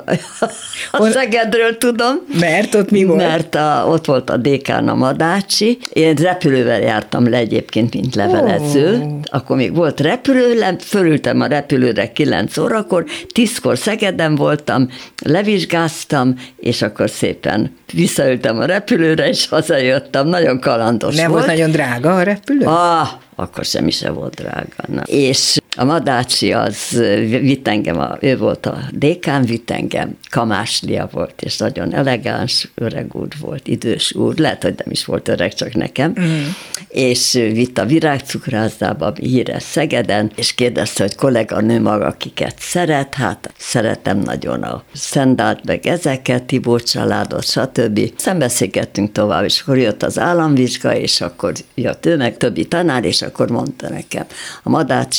a On... Szegedről tudom. Mert ott mi volt? Mert a, ott volt a dékán a Madácsi. Én repülővel jártam le egyébként, mint levelező. Oh. Akkor még volt repülő, fölültem a repülőre kilenc órakor, tízkor Szegeden voltam, levizsgáztam, és akkor szépen visszaültem a repülőre, és hazajöttem. Nagyon kalandos Nem volt. volt nagyon drága a repülő? Ah, akkor semmi se volt drága. Na. És a Madácsi az vitt engem, a, ő volt a dékán, vitt engem, Kamáslia volt, és nagyon elegáns, öreg úr volt, idős úr, lehet, hogy nem is volt öreg, csak nekem, mm. és vitt a virágcukrászdába, híres Szegeden, és kérdezte, hogy kolléganő maga kiket szeret, hát szeretem nagyon a Szendált, meg ezeket, Tibó családot, stb. Szembeszélgettünk tovább, és akkor jött az államvizsga, és akkor jött ő, meg többi tanár, és akkor mondta nekem a Madácsi, hogy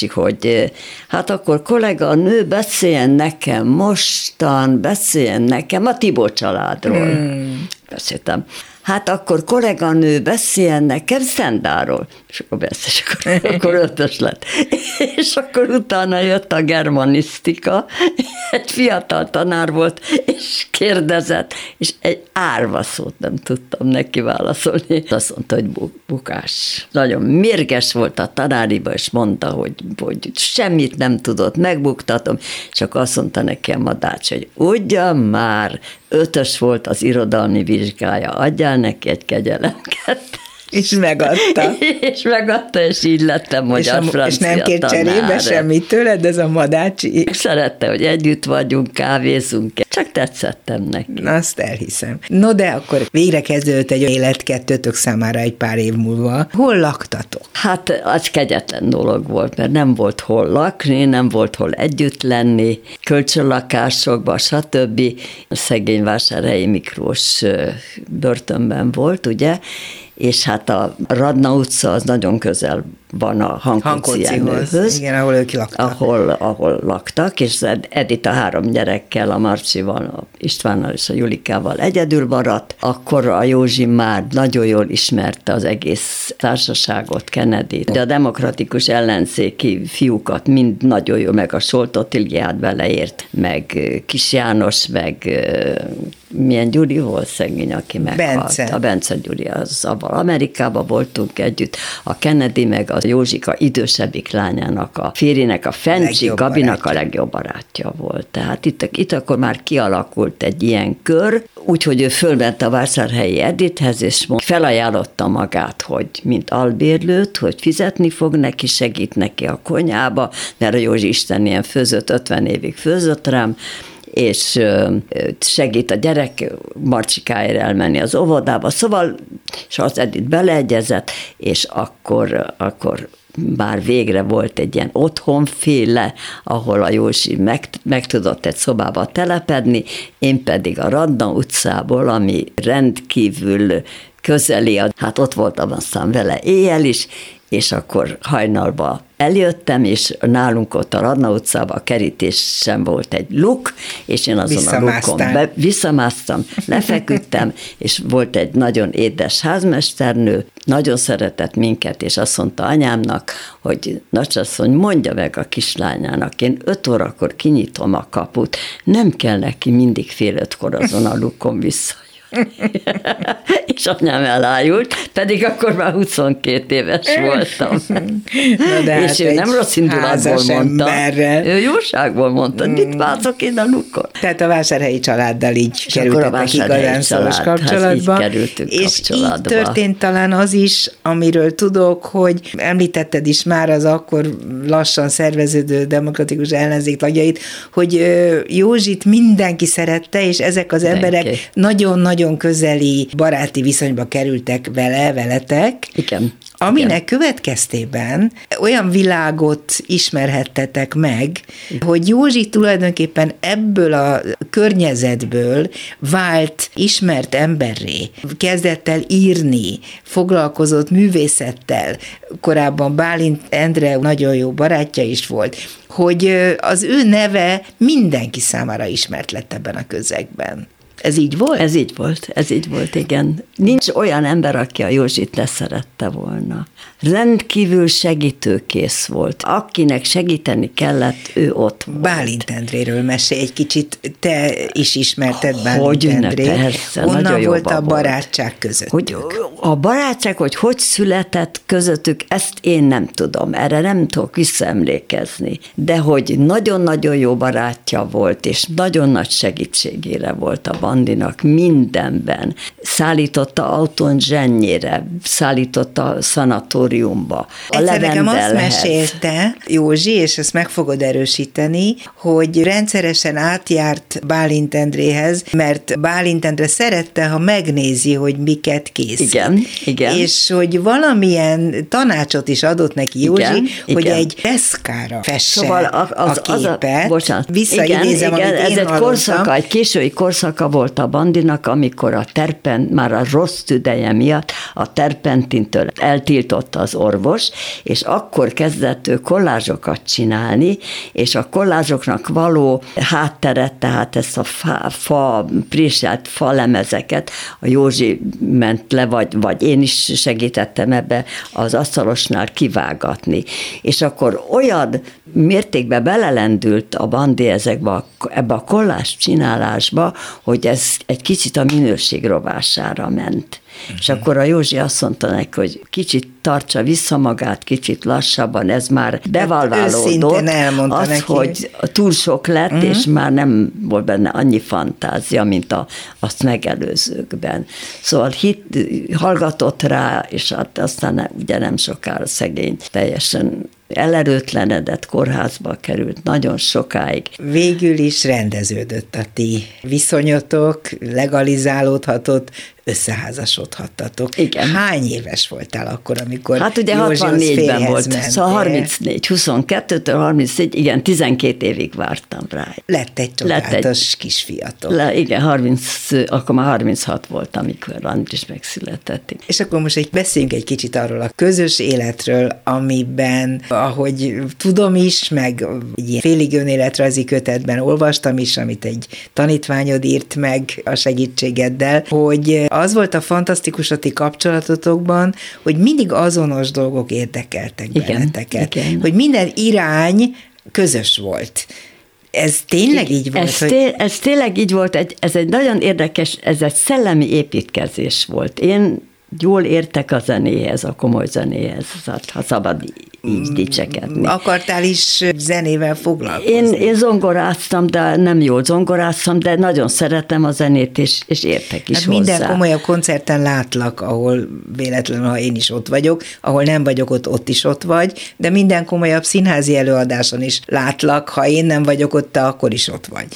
hogy hát akkor kollega, a nő beszéljen nekem mostan, beszéljen nekem a Tibó családról. Hmm. Beszéltem. Hát akkor kolléganő beszéljen nekem Szendáról. És akkor beszél, és akkor, akkor ötös lett. És akkor utána jött a germanisztika, egy fiatal tanár volt, és kérdezett, és egy árva szót nem tudtam neki válaszolni. Azt mondta, hogy bukás. Nagyon mérges volt a tanáriba, és mondta, hogy, hogy semmit nem tudott, megbuktatom, csak azt mondta nekem a Dács, hogy ugyan már ötös volt az irodalmi vizsgája, adjál neki egy kegyelemket. És megadta. és megadta, és így lettem magyar és, francia és nem kért cserébe semmit tőled, ez a Madácsi? Szerette, hogy együtt vagyunk, kávézunk, csak tetszettem neki. Na, azt elhiszem. No, de akkor végre kezdődött egy élet kettőtök számára egy pár év múlva. Hol laktatok? Hát az kegyetlen dolog volt, mert nem volt hol lakni, nem volt hol együtt lenni, kölcsönlakásokban, stb. Szegény Vásárhelyi Miklós börtönben volt, ugye, és hát a Radna utca az nagyon közel van a Hankoci Jenőhöz. Igen, ahol ők laktak. Ahol, ahol laktak, és Edith a három gyerekkel, a Marcsival, a Istvánnal és a Julikával egyedül maradt. Akkor a Józsi már nagyon jól ismerte az egész társaságot, Kennedyt, de a demokratikus ellenzéki fiúkat mind nagyon jó, meg a Solt Ottiliát beleért, meg Kis János, meg milyen Gyuri volt szegény, aki meghalt. Bence. A Bence Gyuri, az abban Amerikában voltunk együtt. A Kennedy meg a Józsika idősebbik lányának, a férjének, a Fencsi Gabinak barátja. A legjobb barátja volt. Tehát itt, itt akkor már kialakult egy ilyen kör, úgyhogy ő fölment a Vásárhelyi Edithhez, és felajánlotta magát, hogy mint albérlőt, hogy fizetni fog neki, segít neki a konyhába, mert a Józsi Isten ilyen főzött, ötven évig főzött rám, és segít a gyerek Marcsikáért elmenni az óvodába, szóval, és az Edith beleegyezett, és akkor, akkor már végre volt egy ilyen otthonféle, ahol a Józsi meg, meg tudott egy szobába telepedni, én pedig a Radna utcából, ami rendkívül közeli, hát ott voltam aztán vele éjjel is, és akkor hajnalba eljöttem, és nálunk ott a Radna utcában a kerítésen volt egy luk, és én azon a lukon be, visszamásztam, lefeküdtem, és volt egy nagyon édes házmesternő, nagyon szeretett minket, és azt mondta anyámnak, hogy nagyasszony, mondja meg a kislányának, én öt órakor kinyitom a kaput, nem kell neki mindig fél ötkor azon a lukon vissza. És anyám elájult, pedig akkor már huszonkét éves voltam. Na, és ő nem rossz indulatból mondta. Emberrel. Ő jóságból mondta, hmm. mit változok én a lukon. Tehát a vásárhelyi családdal így és kerültetek igazán szoros kapcsolatba. Így és így történt talán az is, amiről tudok, hogy említetted is már az akkor lassan szerveződő demokratikus ellenzék tagjait, hogy Józsit mindenki szerette, és ezek az mindenki. Emberek nagyon-nagyon közeli baráti viszonyba kerültek vele, veletek. Igen. Aminek Igen. következtében olyan világot ismerhettetek meg, hogy Józsi tulajdonképpen ebből a környezetből vált ismert emberré, kezdett el írni, foglalkozott művészettel, korábban Bálint Endre nagyon jó barátja is volt, hogy az ő neve mindenki számára ismert lett ebben a közegben. Ez így volt? Ez így volt, ez így volt, igen. Nincs olyan ember, aki a Józsit leszerette volna. Rendkívül segítőkész volt. Akinek segíteni kellett, ő ott volt. Bálint Endréről mesélj egy kicsit, te is ismerted Bálint Hogyne, Endrét. Persze, Honnan volt a barátság közöttük? Hogy a barátság, hogy hogy született közöttük, ezt én nem tudom, erre nem tudok visszaemlékezni. De hogy nagyon-nagyon jó barátja volt, és nagyon nagy segítségére volt a Bandinak mindenben. Szállította autón zsennyére, szállította a szanatóriumba. A Egyszer nekem azt mesélte Józsi, és ezt meg fogod erősíteni, hogy rendszeresen átjárt Bálint Endréhez, mert Bálint Endre szerette, ha megnézi, hogy miket készít. Igen, igen. És hogy valamilyen tanácsot is adott neki Józsi, igen, hogy igen. egy deszkára fesse szóval az, a képet. Az a, bocsánat, Visszaidézem, igen, igen, amit ez én egy hallottam. korszaka, egy késői korszaka volt a Bandinak, amikor a terpen, már a rossz tüdeje miatt a terpentintől eltiltotta az orvos, és akkor kezdett ő kollázsokat csinálni, és a kollázsoknak való hátteret, tehát ezt a fa, fa préselt fa lemezeket a Józsi ment le, vagy, vagy én is segítettem ebbe az asztalosnál kivágatni. És akkor olyan mértékben belelendült a Bandi ezekbe a, ebbe a kollázs csinálásba, hogy ez egy kicsit a minőség rovására ment. Uh-huh. És akkor a Józsi azt mondta neki, hogy kicsit tartsa vissza magát, kicsit lassabban, ez már devalválódott, az, neki, hogy túl sok lett, uh-huh. és már nem volt benne annyi fantázia, mint a, azt megelőzőkben. Szóval hit, hallgatott rá, és hát aztán ugye nem sokára szegény teljesen elerőtlenedett, kórházba került nagyon sokáig. Végül is rendeződött a ti viszonyotok, legalizálódhatott, összeházasodhattatok. Igen. Hány éves voltál akkor, amikor hát ugye hatvannégyben volt, mentél? Szóval harmincnégy, huszonkettőtől harmincnégy, igen, tizenkét évig vártam rá. Lett egy csodálatos Lett egy, kisfiatok. Le, igen, harminc, akkor már harminchat volt, amikor Andris megszületett. És akkor most egy, beszéljünk egy kicsit arról a közös életről, amiben, ahogy tudom is, meg egy ilyen félig önéletrajzi kötetben olvastam is, amit egy tanítványod írt meg a segítségeddel, hogy az volt a fantasztikus a ti kapcsolatotokban, hogy mindig azonos dolgok érdekeltek igen, benneteket. Igen. Hogy minden irány közös volt. Ez tényleg így volt? Ez, hogy... té- ez tényleg így volt, egy, ez egy nagyon érdekes, ez egy szellemi építkezés volt. Én jól értek a zenéhez, a komoly zenéhez, ha szabad így dicsekedni. Akartál is zenével foglalkozni? Én, én zongoráztam, de nem jól zongoráztam, de nagyon szeretem a zenét, és, és értek is hát hozzá. Minden komolyabb koncerten látlak, ahol véletlenül, ha én is ott vagyok, ahol nem vagyok ott, ott is ott vagy, de minden komolyabb színházi előadáson is látlak, ha én nem vagyok ott, te akkor is ott vagy.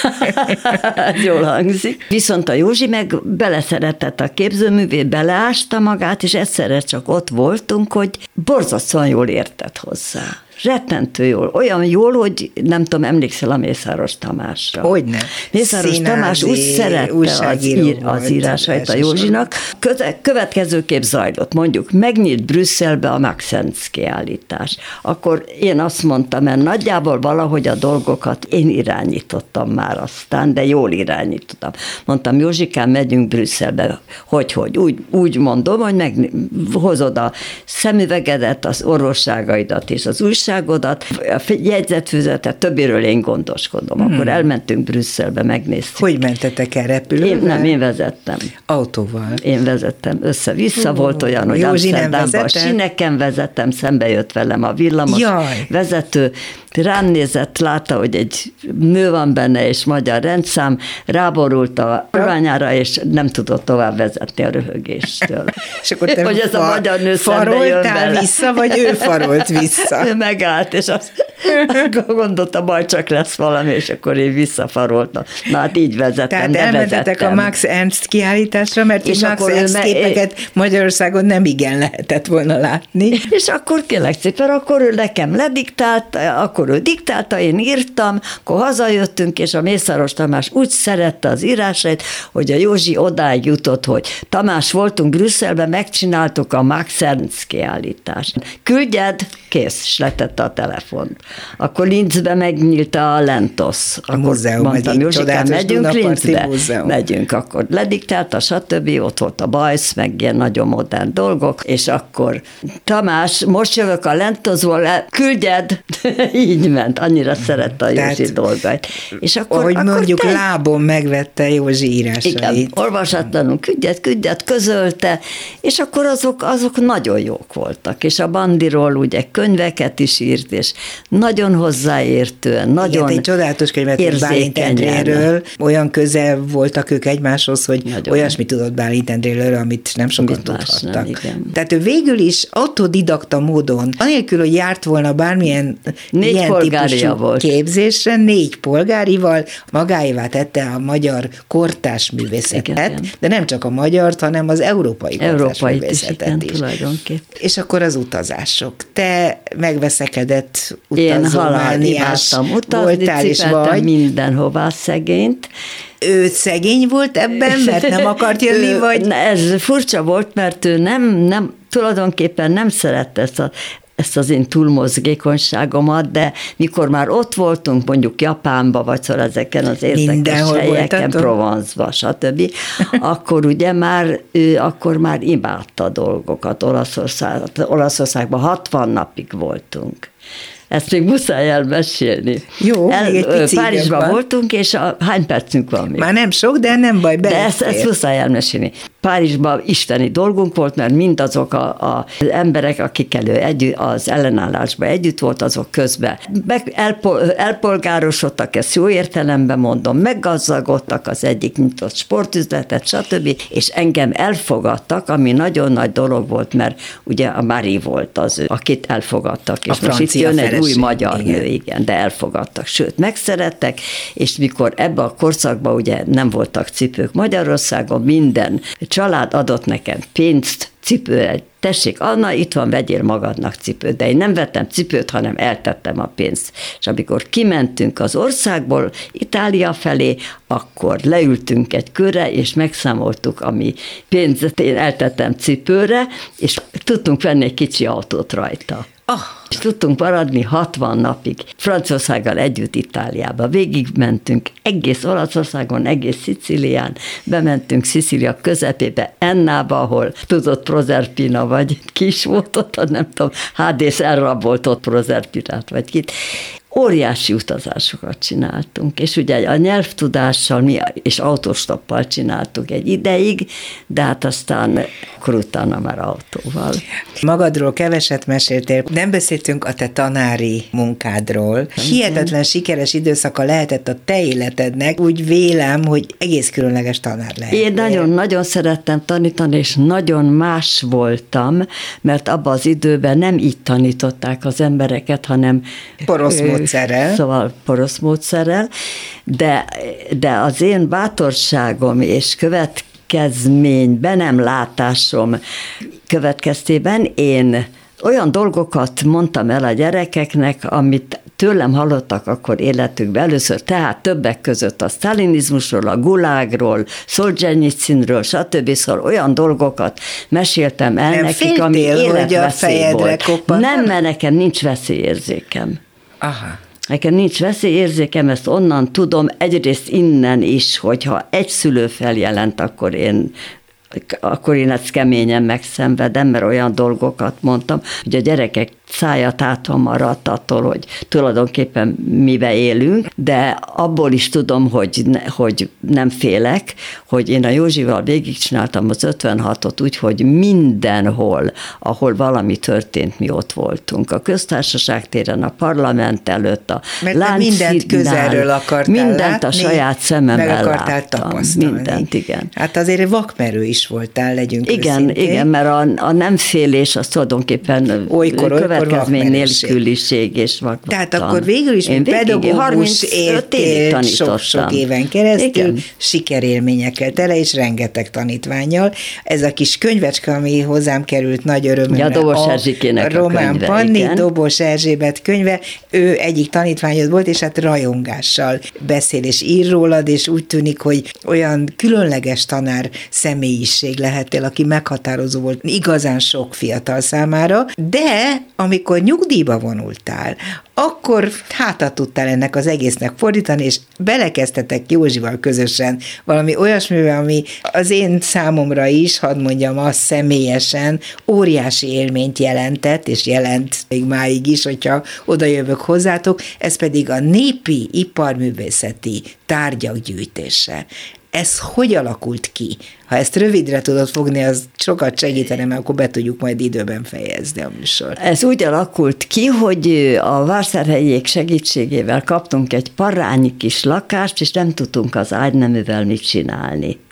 Jól hangzik. Viszont a Józsi meg beleszeretett a képzőművé, beleásta magát, és egyszerre csak ott voltunk, hogy borzasztóan jól értett hozzá. Rettentő jól. Olyan jól, hogy nem tudom, emlékszel a Mészáros Tamásra. Hogyne. Mészáros Színázi, Tamás úgy szerette az, ír, az írásait a Józsinak. Köze, következőképp zajlott, mondjuk megnyílt Brüsszelbe a Max Ernst kiállítás. Akkor én azt mondtam, mert nagyjából valahogy a dolgokat én irányítottam már aztán, de jól irányítottam. Mondtam, Józsikám, megyünk Brüsszelbe. Hogy-hogy? Úgy, úgy mondom, hogy meghozod a szemüvegedet, az orvosságaidat és az újságodat, a jegyzetfüzetet, többiről én gondoskodom. Hmm. Akkor elmentünk Brüsszelbe, megnéztük. Hogy mentetek el repülővel? Én, nem, én vezettem. Autóval? Én vezettem. Össze-vissza uh, volt olyan, hogy Amsterdamban a sineken vezettem, szembe jött velem a villamos Jaj. vezető, rám nézett, látta, hogy egy nő van benne, és magyar rendszám, ráborult a kormányára, és nem tudott tovább vezetni a röhögéstől. És akkor te hogy ez a magyar nő faroltál vissza, vagy ő farolt vissza? Ő megállt, és azt gondolta, baj csak lesz valami, és akkor én visszafaroltam. Na hát így vezettem, Tehát de elmentetek vezettem. a Max Ernst kiállításra, mert és Max Ernst me- képeket Magyarországon nem igen lehetett volna látni. És akkor kérlek szépen, akkor ő nekem lediktált, akkor ő diktálta, én írtam, akkor hazajöttünk, és a Mészáros Tamás úgy szerette az írásait, hogy a Józsi odáig jutott, hogy Tamás, voltunk Brüsszelben, megcsináltuk a Max Ernst kiállítást. Küldjed, kész, és letette a telefont. Akkor Linzbe megnyílt a Lentos. A múzeum, mondtam, Józsikám, megyünk Linzbe? Megyünk, akkor lediktálta, stb. Ott volt a bajsz, meg ilyen nagyon modern dolgok, és akkor Tamás, most jövök a Lentosból, küldjed, így ment, annyira szerette a Józsi Tehát, dolgait. És akkor, ahogy akkor mondjuk te... lábon megvette Józsi írásait. Igen, olvasatlanul küldjet, küldjet, közölte, és akkor azok, azok nagyon jók voltak, és a Bandiról ugye könyveket is írt, és nagyon hozzáértően, nagyon Igen, egy csodálatos könyvet Bálint Endréről, olyan közel voltak ők egymáshoz, hogy nagyon olyasmi tudott Bálint Endréről, amit nem sokat tudhattak. Nem, Tehát ő végül is autodidakta módon, anélkül, hogy járt volna bármilyen négy ilyen típusú volt. képzésre, négy polgárival magáévá tette a magyar kortárs művészetet, igen, de nem csak a magyart, hanem az európai kortárs művészetet is. is. Igen, És akkor az utazások. Te megveszed veszekedett Én utazó, halál imádtam utazni, cipeltem mindenhová szegényt. Ő szegény volt ebben, mert nem akart jönni, ő, vagy? Ez furcsa volt, mert ő nem, nem tulajdonképpen nem szerette ezt a ezt az én túlmozgékonyságomat, de mikor már ott voltunk, mondjuk Japánba, vagy szóval ezeken az érdekes mindenhol helyeken, Provence-ba, stb., akkor ugye már, ő akkor már imádta a dolgokat. Olaszország, Olaszországban hatvan napig voltunk. Ezt még muszáj elmesélni. Jó, El, még egy pici Párizsban van. voltunk, és a, hány percünk van még? Már nem sok, de nem baj, De ezt, ezt muszáj elmesélni. Párizsban isteni dolgunk volt, mert mindazok a, a, az emberek, akikkel ő együtt, az ellenállásban együtt volt, azok közben meg elpol, elpolgárosodtak, ezt jó értelemben mondom, meggazdagodtak, az egyik nyitott sportüzletet, stb., és engem elfogadtak, ami nagyon nagy dolog volt, mert ugye a Marie volt az ő, akit elfogadtak, és a most itt jön egy új magyar igen. nő, igen, de elfogadtak, sőt, megszerettek, és mikor ebbe a korszakban ugye nem voltak cipők Magyarországon, minden család adott nekem pénzt, cipőre, tessék, Anna, itt van, vegyél magadnak cipőt, de én nem vettem cipőt, hanem eltettem a pénzt. És amikor kimentünk az országból Itália felé, akkor leültünk egy körre, és megszámoltuk, ami pénzt én eltettem cipőre, és tudtunk venni egy kicsi autót rajta. Oh. És tudtunk maradni hatvan napig Franciaországgal együtt Itáliába. Végig mentünk egész Olaszországon, egész Szicílián, bementünk Szicília közepébe, Ennába, ahol tudott Proserpina, vagy ki is volt ott, nem tudom, Hádész elrabolt ott Proserpinát, vagy kit. Óriási utazásokat csináltunk, és ugye a nyelvtudással mi, és autostoppal csináltuk egy ideig, de hát aztán akkor utána már autóval. Magadról keveset meséltél, nem beszéltünk a te tanári munkádról. Hihetetlen sikeres időszaka lehetett a te életednek, úgy vélem, hogy egész különleges tanár lehet. Én nagyon-nagyon szerettem tanítani, és nagyon más voltam, mert abban az időben nem így tanították az embereket, hanem porosz módszerrel. Szóval porosz módszerrel, de, de az én bátorságom és következmény, be nem látásom következtében én olyan dolgokat mondtam el a gyerekeknek, amit tőlem hallottak akkor életükben először, tehát többek között a sztálinizmusról, a gulágról, Szolzsenyicinről, stb. Szóval olyan dolgokat meséltem el nem nekik, féltél, ami életveszély volt. Koppan, nem, nem, mert nekem nincs veszélyérzékem. Aha. Nekem nincs veszélyérzékem, ezt onnan tudom, egyrészt innen is, hogyha egy szülő feljelent, akkor én akkor én ezt keményen megszenvedem, mert olyan dolgokat mondtam, hogy a gyerekek szája tátva maradt attól, hogy tulajdonképpen mibe élünk, de abból is tudom, hogy, ne, hogy nem félek, hogy én a Józsival végigcsináltam az ötvenhatot úgy, hogy mindenhol, ahol valami történt, mi ott voltunk. A Köztársaság téren, a parlament előtt, a Lánchídnál. Mindent közelről akartál mindent látni, a saját szememmel meg akartál láttam. tapasztalni. Mindent, igen. Hát azért vakmerő is voltál, legyünk Igen, őszintén. igen, mert a, a nem félés az tulajdonképpen olykor, következmény nélküliség és vakmerőség. Tehát akkor végül is, mint pedagógus éltél sok-sok éven keresztül, igen. Sikerélményekkel tele, és rengeteg tanítvánnyal. Ez a kis könyvecske, ami hozzám került nagy örömmel. Ja, Dobos Erzsikének a Román könyve, Panni, igen. Dobos Erzsébet könyve, ő egyik tanítványod volt, és hát rajongással beszél és ír rólad, és úgy tűnik, hogy olyan különleges tanár személyiség lehettél, aki meghatározó volt igazán sok fiatal számára, de amikor nyugdíjba vonultál, akkor hátat tudtál ennek az egésznek fordítani, és belekezdtetek Józsival közösen valami olyasmivel, ami az én számomra is, hadd mondjam azt személyesen, óriási élményt jelentett, és jelent még máig is, hogyha oda jövök hozzátok, ez pedig a népi iparművészeti tárgyak gyűjtése. Ez hogy alakult ki? Ha ezt rövidre tudod fogni, az sokat segítene, mert akkor be tudjuk majd időben fejezni a műsort. Ez úgy alakult ki, hogy a vásárhelyiek segítségével kaptunk egy parányi kis lakást, és nem tudtunk az ágyneművel mit csinálni.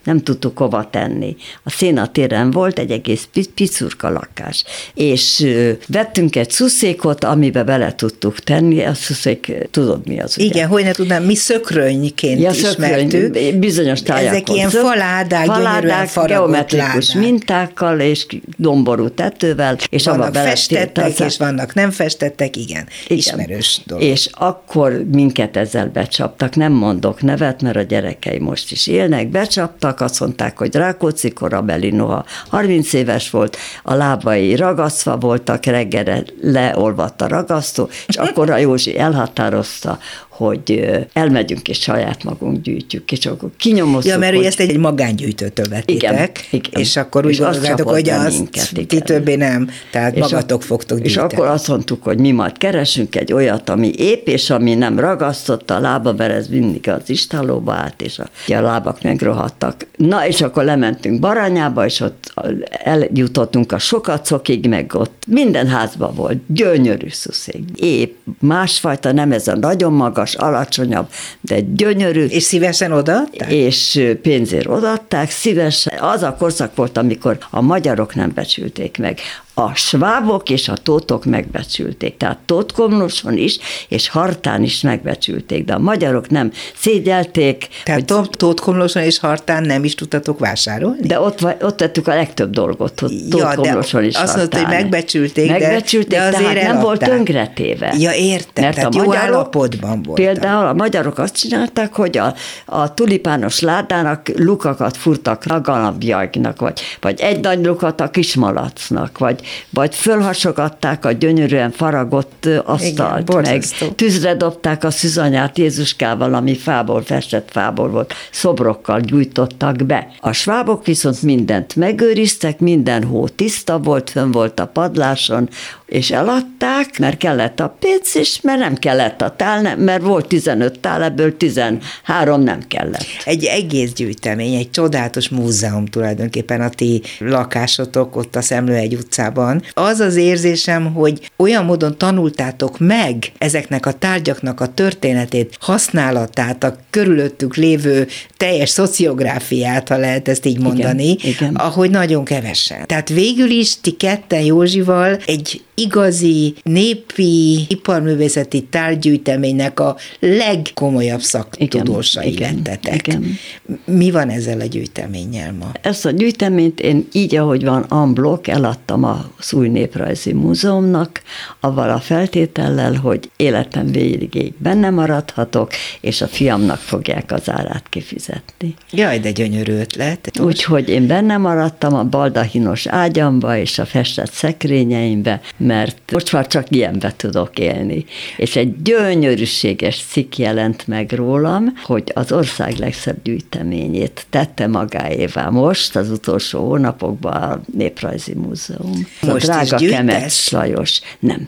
nem tudtuk hova tenni. A Szénatéren volt egy egész picurka lakás, és vettünk egy szuszékot, amiben bele tudtuk tenni, a szuszék, tudod mi az, ugye? Igen, hogy ne tudnám, mi szökrönyként ja, ismertük. Szökröny, bizonyos tájakon. Ezek ilyen faládák, gyönyörűen geometrikus ládák. mintákkal és domború tetővel, és vannak festettek, és vannak nem festettek, igen, igen. Ismerős dolog. És akkor minket ezzel becsaptak, nem mondok nevet, mert a gyerekei most is élnek, becsaptak, azt mondták, hogy Rákóczi korabeli, noha harminc éves volt, a lábai ragasztva voltak, reggelre leolvadt a ragasztó, és akkor a Józsi elhatározta, hogy elmegyünk és saját magunk gyűjtjük, és akkor kinyomoztuk. Ja, mert hogy ezt egy magángyűjtőtől vettétek, igen, igen. És akkor úgy gondoltátok, hogy azt minket, ti többé nem, tehát és magatok a, fogtok gyűjteni. És akkor azt mondtuk, hogy mi majd keresünk egy olyat, ami épp, és ami nem ragasztotta a lába, mert ez mindig az istállóba állt, és a, a lábak megrohadtak. Na, és akkor lementünk Baranyába, és ott eljutottunk a Sokacokig, meg ott minden házban volt, gyönyörű szuszék. Épp másfajta, nem ez a nagyon magas, alacsonyabb, de gyönyörű. És szívesen odaadták? És pénzért odaadták, szívesen. Az a korszak volt, amikor a magyarok nem becsülték meg. A svábok és a tótok megbecsülték. Tehát Tótkomlóson is, és Hartán is megbecsülték, de a magyarok nem szégyelték. Tehát hogy... Tótkomlóson és Hartán nem is tudtatok vásárolni? De ott, ott tettük a legtöbb dolgot, Tótkomlóson ja, és Hartán. Azt mondta, hogy megbecsülték, megbecsülték, de, de azért tehát eladták. Nem volt tönkretéve. Ja, értem, mert tehát a jó magyarok, állapotban voltak. Például a magyarok azt csinálták, hogy a, a tulipános ládának lukakat furtak a galambjainak, vagy, vagy egy nagy lukat a kismalacnak, vagy vagy fölhasogatták a gyönyörűen faragott asztalt, igen, meg tűzre dobták a szűzanyát Jézuskával, ami fából, festett fából volt, szobrokkal gyújtottak be. A svábok viszont mindent megőriztek, minden hó tiszta volt, fönn volt a padláson, és eladták, mert kellett a pénz, és mert nem kellett a tál, nem, mert volt tizenöt tál, ebből tizenhárom nem kellett. Egy egész gyűjtemény, egy csodálatos múzeum tulajdonképpen a ti lakásotok ott a Szemlőhegy utcában. Az az érzésem, hogy olyan módon tanultátok meg ezeknek a tárgyaknak a történetét, használatát, a körülöttük lévő teljes szociográfiát, ha lehet ezt így mondani, igen, igen. Ahogy nagyon kevesen. Tehát végül is ti ketten Józsival egy igazi népi iparművészeti tárgygyűjteménynek a legkomolyabb szaktudósai lettetek. Igen. Mi van ezzel a gyűjteménnyel ma? Ezt a gyűjteményt én így, ahogy van en bloc, eladtam az Új Néprajzi Múzeumnak, avval a feltétellel, hogy életem végéig benne maradhatok, és a fiamnak fogják az árát kifizetni. Jaj, de gyönyörű ötlet. Úgyhogy én benne maradtam a baldahinos ágyamba és a festett szekrényeimbe, mert most már csak ilyenbe tudok élni. És egy gyönyörűséges cikk jelent meg rólam, hogy az ország legszebb gyűjteményét tette magáévá most, az utolsó hónapokban a Néprajzi Múzeum. Most a drága is Kemecs Lajos. Nem.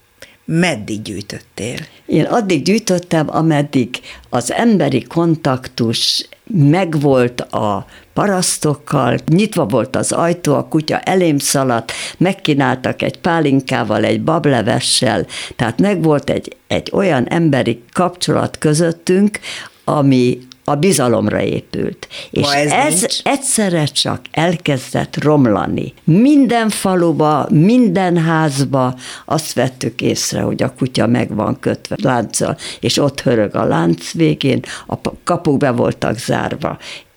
Meddig gyűjtöttél? Én addig gyűjtöttem, ameddig az emberi kontaktus megvolt a parasztokkal, nyitva volt az ajtó, a kutya elém szaladt, megkínáltak egy pálinkával, egy bablevessel, tehát megvolt egy, egy olyan emberi kapcsolat közöttünk, ami a bizalomra épült. És ez, ez egyszerre csak elkezdett romlani. Minden faluba, minden házba azt vettük észre, hogy a kutya meg van kötve lánccal, és ott hörög a lánc végén, a kapuk be voltak zárva,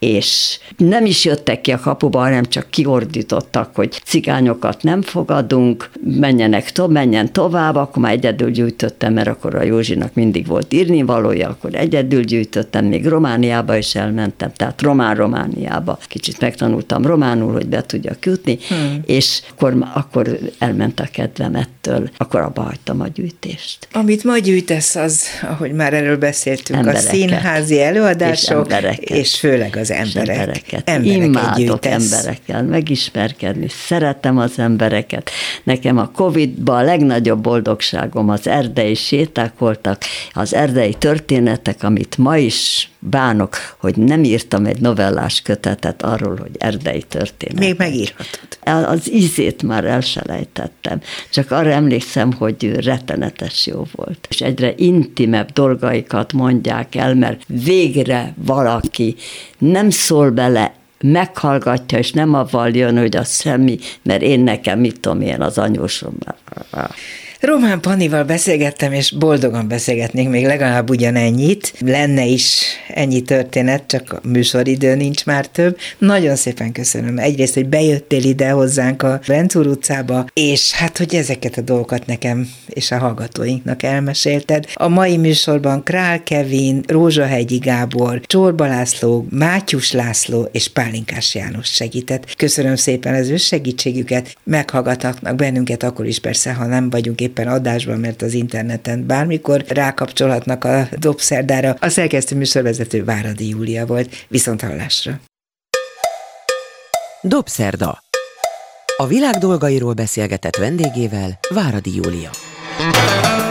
és nem is jöttek ki a kapuba, hanem csak kiordítottak, hogy cigányokat nem fogadunk, menjenek to- menjen tovább, akkor már egyedül gyűjtöttem, mert akkor a Józsinak mindig volt írnivalója, akkor egyedül gyűjtöttem, még Romániába is elmentem, tehát Román-Romániába. Kicsit megtanultam románul, hogy be tudjak jutni, hmm. és akkor, akkor elment a kedvem ettől, akkor abba hagytam a gyűjtést. Amit ma gyűjtesz, az, ahogy már erről beszéltünk, embereket, a színházi előadások, és, és főleg az emberek. embereket. Embereket Imádok gyűjtesz. emberekkel megismerkedni, szeretem az embereket. Nekem a Covid-ban a legnagyobb boldogságom az erdei séták voltak, az erdei történetek, amit ma is bánok, hogy nem írtam egy novellás kötetet arról, hogy erdei történet. Még megírhatod. Az ízét már elselejtettem. Csak arra emlékszem, hogy rettenetes jó volt. És egyre intimebb dolgaikat mondják el, mert végre valaki nem szól bele meghallgatja, és nem avval jön, hogy az semmi, mert én nekem, mit tudom én, az anyósom. Román Pannival beszélgettem, és boldogan beszélgetnénk még legalább ugyanennyit. Lenne is ennyi történet, csak a műsoridő nincs már több. Nagyon szépen köszönöm. Egyrészt, hogy bejöttél ide hozzánk a Rendszúr utcába, és hát, hogy ezeket a dolgokat nekem és a hallgatóinknak elmesélted. A mai műsorban Král Kevin, Rózsahegyi Gábor, Csorba László, Mátyus László és Pálinkás János segített. Köszönöm szépen az ő segítségüket. Meghallgathatnak bennünket akkor is persze, ha nem vagyunk éppen adásban, mert az interneten bármikor rákapcsolhatnak a Dobszerdára. A szerkesztő műsorvezető Váradi Júlia volt. Viszont hallásra. Dobszerda. A világ dolgairól beszélgetett vendégével Váradi Júlia.